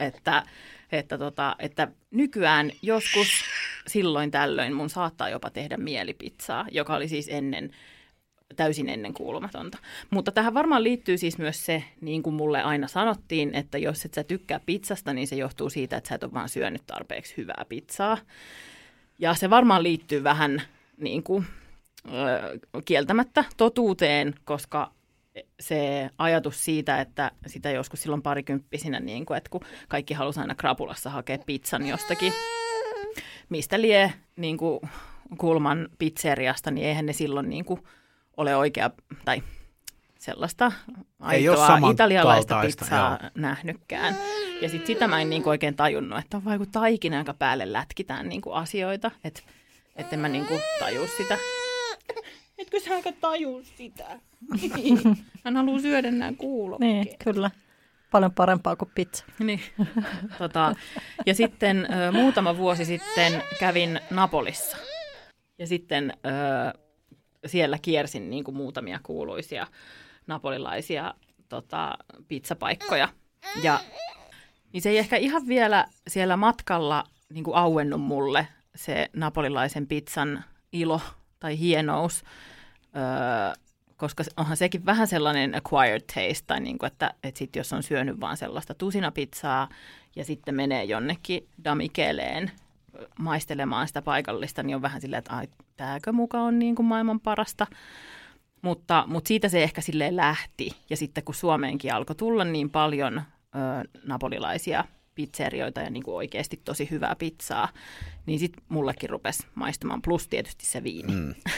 että nykyään joskus silloin tällöin mun saattaa jopa tehdä mielipizzaa, joka oli siis täysin ennenkuulumatonta. Mutta tähän varmaan liittyy siis myös se, niin kuin mulle aina sanottiin, että jos et sä tykkää pizzasta, niin se johtuu siitä, että sä et ole vaan syönyt tarpeeksi hyvää pizzaa. Ja se varmaan liittyy vähän niin kuin, kieltämättä totuuteen, koska se ajatus siitä, että sitä joskus silloin parikymppisinä, niin kuin, että kun kaikki halusi aina krapulassa hakea pizzan jostakin mistä lie niin kuin Kulman pizzeriasta, niin eihän ne silloin niin kuin ole oikea tai sellaista aitoa italialaista pizzaa nähnytkään. Ja sitten sitä mä en niin kuin oikein tajunnut, että on vaan joku taikina, jonka päälle lätkitään niin kuin asioita, että en mä niin kuin taju sitä. Etkö sä aika taju sitä? Hän haluaa syödä nämä kuulokkeet. Niin, kyllä. Paljon parempaa kuin pizza. Niin. Ja sitten muutama vuosi sitten kävin Napolissa. Ja sitten siellä kiersin niin kuin muutamia kuuluisia napolilaisia pizzapaikkoja. Ja niin se ei ehkä ihan vielä siellä matkalla niin kuin auennut mulle se napolilaisen pizzan ilo tai hienous, koska onhan sekin vähän sellainen acquired taste, tai niin kuin, että sit jos on syönyt vaan sellaista tusinapizzaa ja sitten menee jonnekin Damikeleen maistelemaan sitä paikallista, niin on vähän silleen, että tämäkö muka on niin kuin maailman parasta. Mutta siitä se ehkä silleen lähti. Ja sitten kun Suomeenkin alkoi tulla niin paljon napolilaisia pizzerioita ja niin kuin oikeasti tosi hyvää pizzaa, niin sitten mullekin rupesi maistumaan, plus tietysti se viini.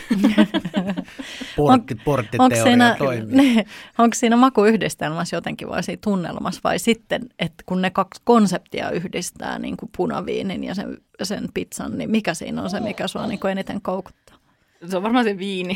Porttiteoria toimii. Onko siinä makuyhdistelmässä jotenkin vai siinä tunnelmassa, vai sitten, että kun ne kaksi konseptia yhdistää, niin kuin punaviinin ja sen pizzan, niin mikä siinä on se, mikä sua niin kuin eniten koukuttaa? Se on varmaan se viini.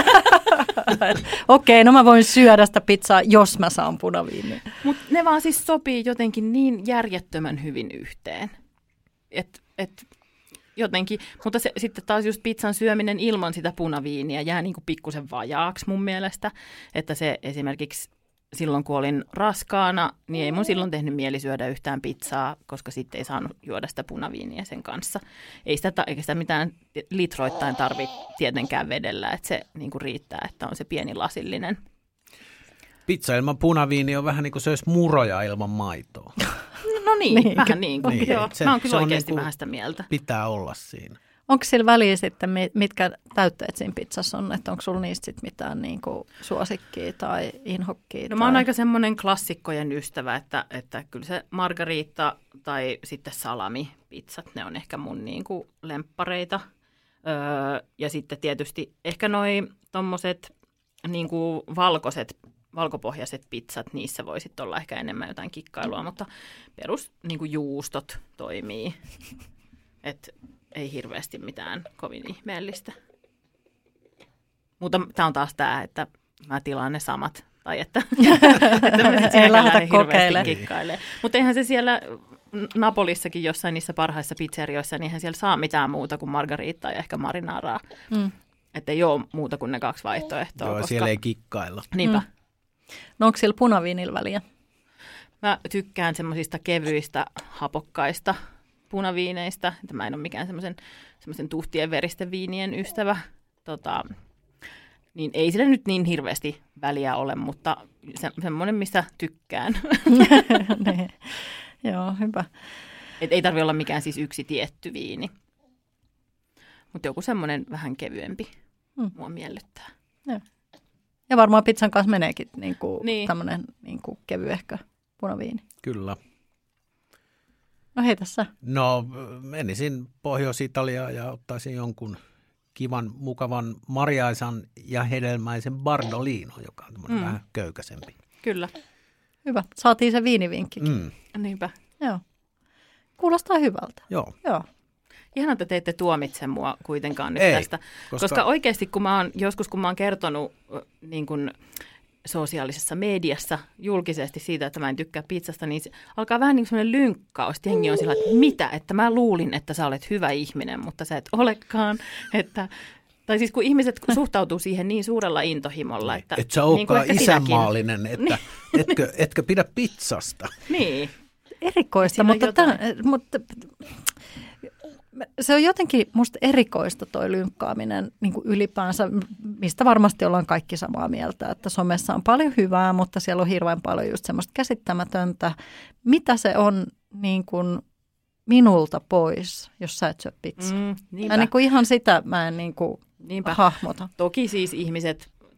Okei, no mä voin syödä sitä pizzaa, jos mä saan punaviiniä. Mutta ne vaan siis sopii jotenkin niin järjettömän hyvin yhteen. Et jotenkin, mutta sitten taas just pizzan syöminen ilman sitä punaviiniä jää niin kuin pikkusen vajaaksi mun mielestä. Että se esimerkiksi silloin, kun olin raskaana, niin ei mun silloin tehnyt mieli syödä yhtään pizzaa, koska sitten ei saanut juoda sitä punaviiniä sen kanssa. Eikä sitä mitään litroittain tarvitse tietenkään vedellä, että se niin kuin riittää, että on se pieni lasillinen. Pizza ilman punaviini on vähän niin kuin se olisi muroja ilman maitoa. No niin, vähän niin kuin. Niin, joo. Mä oon kyllä oikeasti vähän sitä mieltä. Pitää olla siinä. Onko sillä väliä sitten, mitkä täytteet siinä pizzassa on? Että onko sulla niistä sitten mitään niin kuin suosikkia tai inhokkia? No mä oon aika semmoinen klassikkojen ystävä, että kyllä se margaritta tai sitten salami-pizzat, ne on ehkä mun niin kuin lemppareita. Ja sitten tietysti ehkä noi tommoset niin kuin valkopohjaiset pizzat, niissä voi sitten olla ehkä enemmän jotain kikkailua, mutta perus niin kuin juustot toimii. Että ei hirveästi mitään kovin ihmeellistä. Mutta tämä on taas tämä, että mä tilaan ne samat. Tai että ei lähdetä kokeilemaan. Mutta eihän se siellä Napolissakin jossain niissä parhaissa pizzerioissa, niin eihän siellä saa mitään muuta kuin margarittaa ja ehkä marinaraa. Että ei ole muuta kuin ne kaksi vaihtoehtoa. Joo, koska siellä ei kikkailla. Niinpä. No onko siellä punaviinillä väliä? Mä tykkään semmoisista kevyistä, hapokkaista punaviineistä. Mä en ole mikään semmoisen tuhtien veristen viinien ystävä. Niin ei sillä nyt niin hirveästi väliä ole, mutta semmoinen, mistä tykkään. Joo, hyvä. Ei tarvitse olla mikään siis yksi tietty viini. Mutta joku semmoinen vähän kevyempi mua miellyttää. Joo. Ja varmaan pizzan kanssa meneekin niin. Tämmöinen niin kevyehkö punaviini. Kyllä. No heitä sä. No menisin Pohjois-Italiaan ja ottaisin jonkun kivan, mukavan marjaisan ja hedelmäisen Bardolino, joka on tämmöinen vähän köykäisempi. Kyllä. Hyvä. Saatiin se viinivinkkikin. Niinpä. Joo. Kuulostaa hyvältä. Joo. Ihanaa, että te ette tuomitse mua kuitenkaan nyt ei, tästä. Koska oikeasti, kun mä oon kertonut niin kun sosiaalisessa mediassa julkisesti siitä, että mä en tykkää pizzasta, niin se alkaa vähän niin kuin semmoinen lynkkaus. Jengi on sillä, että mitä? Että mä luulin, että sä olet hyvä ihminen, mutta sä et olekaan. Tai siis kun ihmiset suhtautuu siihen niin suurella intohimolla, että et sä olekaan niin isänmaallinen, että etkö pidä pizzasta. Niin. Erikoista, mutta se on jotenkin musta erikoista toi lynkkaaminen niin kuin ylipäänsä, mistä varmasti ollaan kaikki samaa mieltä, että somessa on paljon hyvää, mutta siellä on hirveän paljon just semmoista käsittämätöntä. Mitä se on niin kuin minulta pois, jos sä et syö pizzaa? Niin kuin ihan sitä mä en niin kuin hahmota. Toki siis ihmiset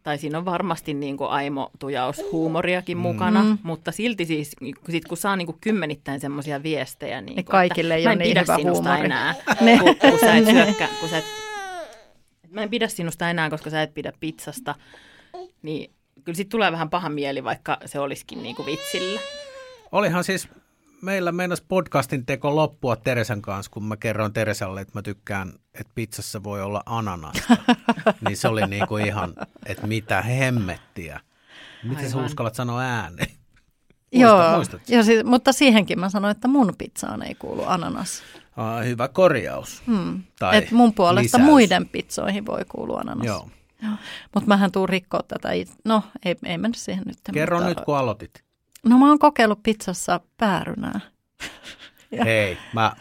tai siinä on varmasti niin kuin aimo-tujaushuumoriakin mukana, mutta silti siis, sit kun saa niin kuin kymmenittäin semmoisia viestejä, niin kuin, kaikille ei ole niin hyvä huumori. Enää, kun sä et mä en pidä sinusta enää, koska sä et pidä pizzasta, niin kyllä sit tulee vähän paha mieli, vaikka se olisikin niin kuin vitsillä. Olihan siis, meillä meinasi podcastin teko loppua Teresan kanssa, kun mä kerroin Teresalle, että mä tykkään, että pizzassa voi olla ananasta. Niin se oli niin kuin ihan, että mitä hemmettiä. Miten sä uskallat sanoa ääneen? Joo, siis, mutta siihenkin mä sanoin, että mun pizzaan ei kuulu ananas. Hyvä korjaus. Et mun puolesta lisäys. Muiden pizzoihin voi kuulua ananas. Joo. Mutta mähän tuun rikkoa tätä. No, ei mennä siihen nyt. Kerro nyt, kun aloitit. No mä oon kokeillut pizzassa päärynää. Hei, mä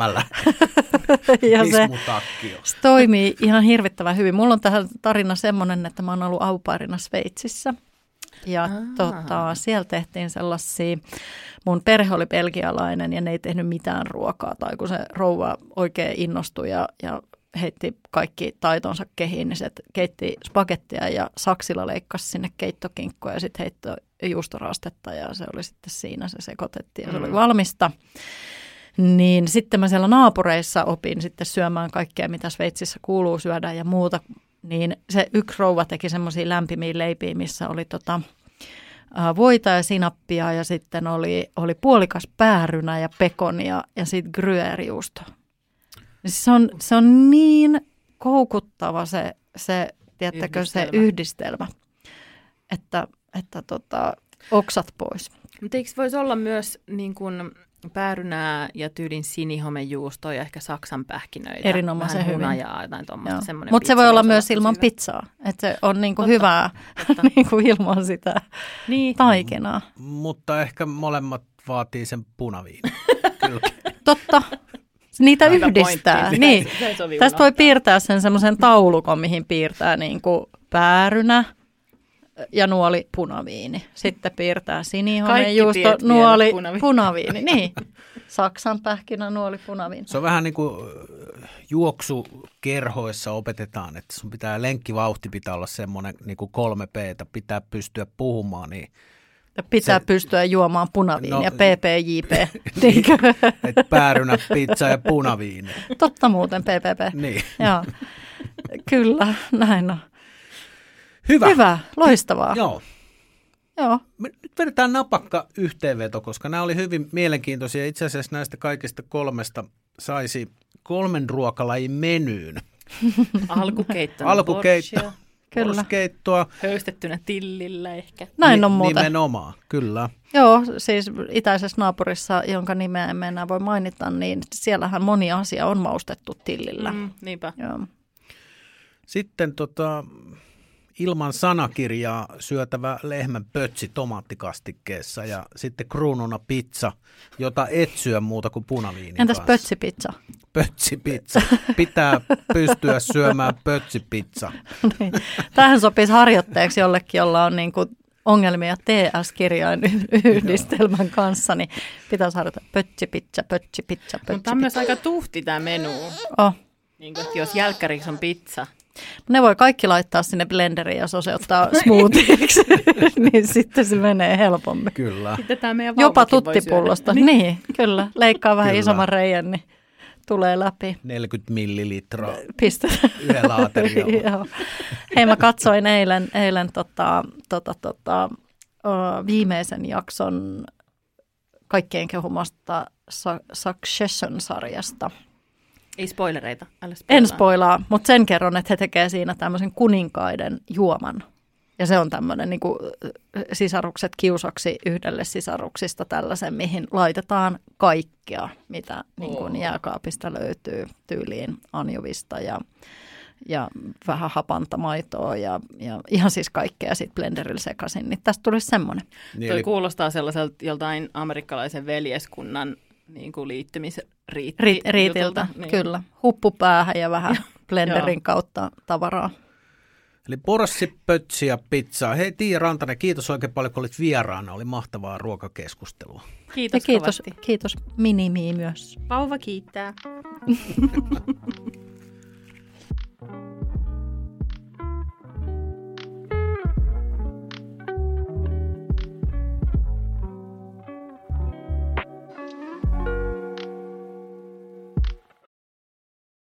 ja se toimii ihan hirvittävän hyvin. Mulla on tähän tarina semmoinen, että mä oon ollut aupairina Sveitsissä. Ja siellä tehtiin sellaisia, mun perhe oli belgialainen ja ne ei tehnyt mitään ruokaa. Tai kun se rouva oikein innostui ja heitti kaikki taitonsa kehiin, niin se keitti spagettia ja saksilla leikkasi sinne keittokinkkoa ja sitten heittoi juustoraastetta ja se oli sitten siinä, se sekoitettiin ja se oli valmista. Niin sitten mä siellä naapureissa opin sitten syömään kaikkea, mitä Sveitsissä kuuluu syödä ja muuta. Niin se yksi rouva teki semmoisia lämpimiä leipiä, missä oli voita ja sinappia ja sitten oli puolikas päärynä ja pekonia ja sitten gruyère-juusto. Se on niin koukuttava se tiedättekö, se yhdistelmä, että oksat pois. Mutta eikö voisi olla myös niin kuin päärynää ja tyylin sinihomejuustoa ja ehkä saksan pähkinöitä? Erinomaisen hyvin. Hunajaa, jotain tuommoista. Mutta se voi olla myös ilman pizzaa, että se on niinku hyvää niinku ilman sitä taikinaa. Mutta ehkä molemmat vaatii sen punaviinin. Totta. Niitä yhdistää. Niin. Tästä voi piirtää sen semmoisen taulukon, mihin piirtää niinku päärynä ja nuoli punaviini. Sitten piirtää sinihomejuusto, nuoli punaviini. Niin. Saksan pähkinä, nuoli punaviini. Se on vähän niin kuin juoksukerhoissa opetetaan, että sun pitää lenkkivauhti pitää olla semmoinen niin kuin 3P:tä, pitää pystyä puhumaan, niin pitää pystyä juomaan punaviiniä, PPJP. Että päärynä, pizza ja punaviini. Totta muuten, PPP. Niin. Joo. Kyllä, näin on. Hyvä, loistavaa. Joo. Nyt vedetään napakka yhteenveto, koska nämä oli hyvin mielenkiintoisia. Itse asiassa näistä kaikista kolmesta saisi 3 ruokalajin menyyn. Alkukeitto. Porskeittoa. Höystettynä tillillä ehkä. Näin on muuten. Nimenomaan, kyllä. Joo, siis itäisessä naapurissa, jonka nimeä emme enää voi mainita, niin siellähän moni asia on maustettu tillillä. Niinpä. Joo. Sitten ilman sanakirjaa syötävä lehmän pötsi tomaattikastikkeessa ja sitten kruununa pizza, jota et syö muuta kuin punaviinin Entäs kanssa. pötsipizza? Pötsipizza. Pitää pystyä syömään pötsipizza. Niin. Tähän sopisi harjoitteeksi jollekin, jolla on niin kuin ongelmia TS-kirjain yhdistelmän kanssa, niin pitäisi harjoittaa pötsipizza. Mutta tämä on myös aika tuhti tämä menu. Niin kuin, jos jälkkäriksi on pizza. Ne voi kaikki laittaa sinne blenderiin ja soseuttaa smoothieiksi, niin sitten se menee helpommin. Kyllä. Sitten tämä meidän jopa tuttipullosta. Niin, kyllä. Leikkaa vähän isomman reijän, niin tulee läpi. 40 millilitraa. Pistetään. Yhdellä aterialla. Hei, mä katsoin eilen viimeisen jakson kaikkein kehumasta Succession-sarjasta. Ei spoilereita, En spoilaa, mutta sen kerron, että he tekee siinä tämmöisen kuninkaiden juoman. Ja se on tämmöinen niin kuin sisarukset kiusaksi yhdelle sisaruksista tällaisen, mihin laitetaan kaikkea, mitä niin kuin jääkaapista löytyy tyyliin anjovista ja vähän hapantamaitoa ja ihan siis kaikkea sitten blenderillä sekaisin. Niin tästä tulisi semmoinen. Niin, toi kuulostaa sellaiselta joltain amerikkalaisen veljeskunnan niin kuin riitiltä, niin. Kyllä. Huppu päähän ja vähän blenderin kautta tavaraa. Eli porssi, pötsi ja pizzaa. Hei Tiia Rantanen, kiitos oikein paljon, kun olit vieraana. Oli mahtavaa ruokakeskustelua. Kiitos Minimi myös. Vauva kiittää.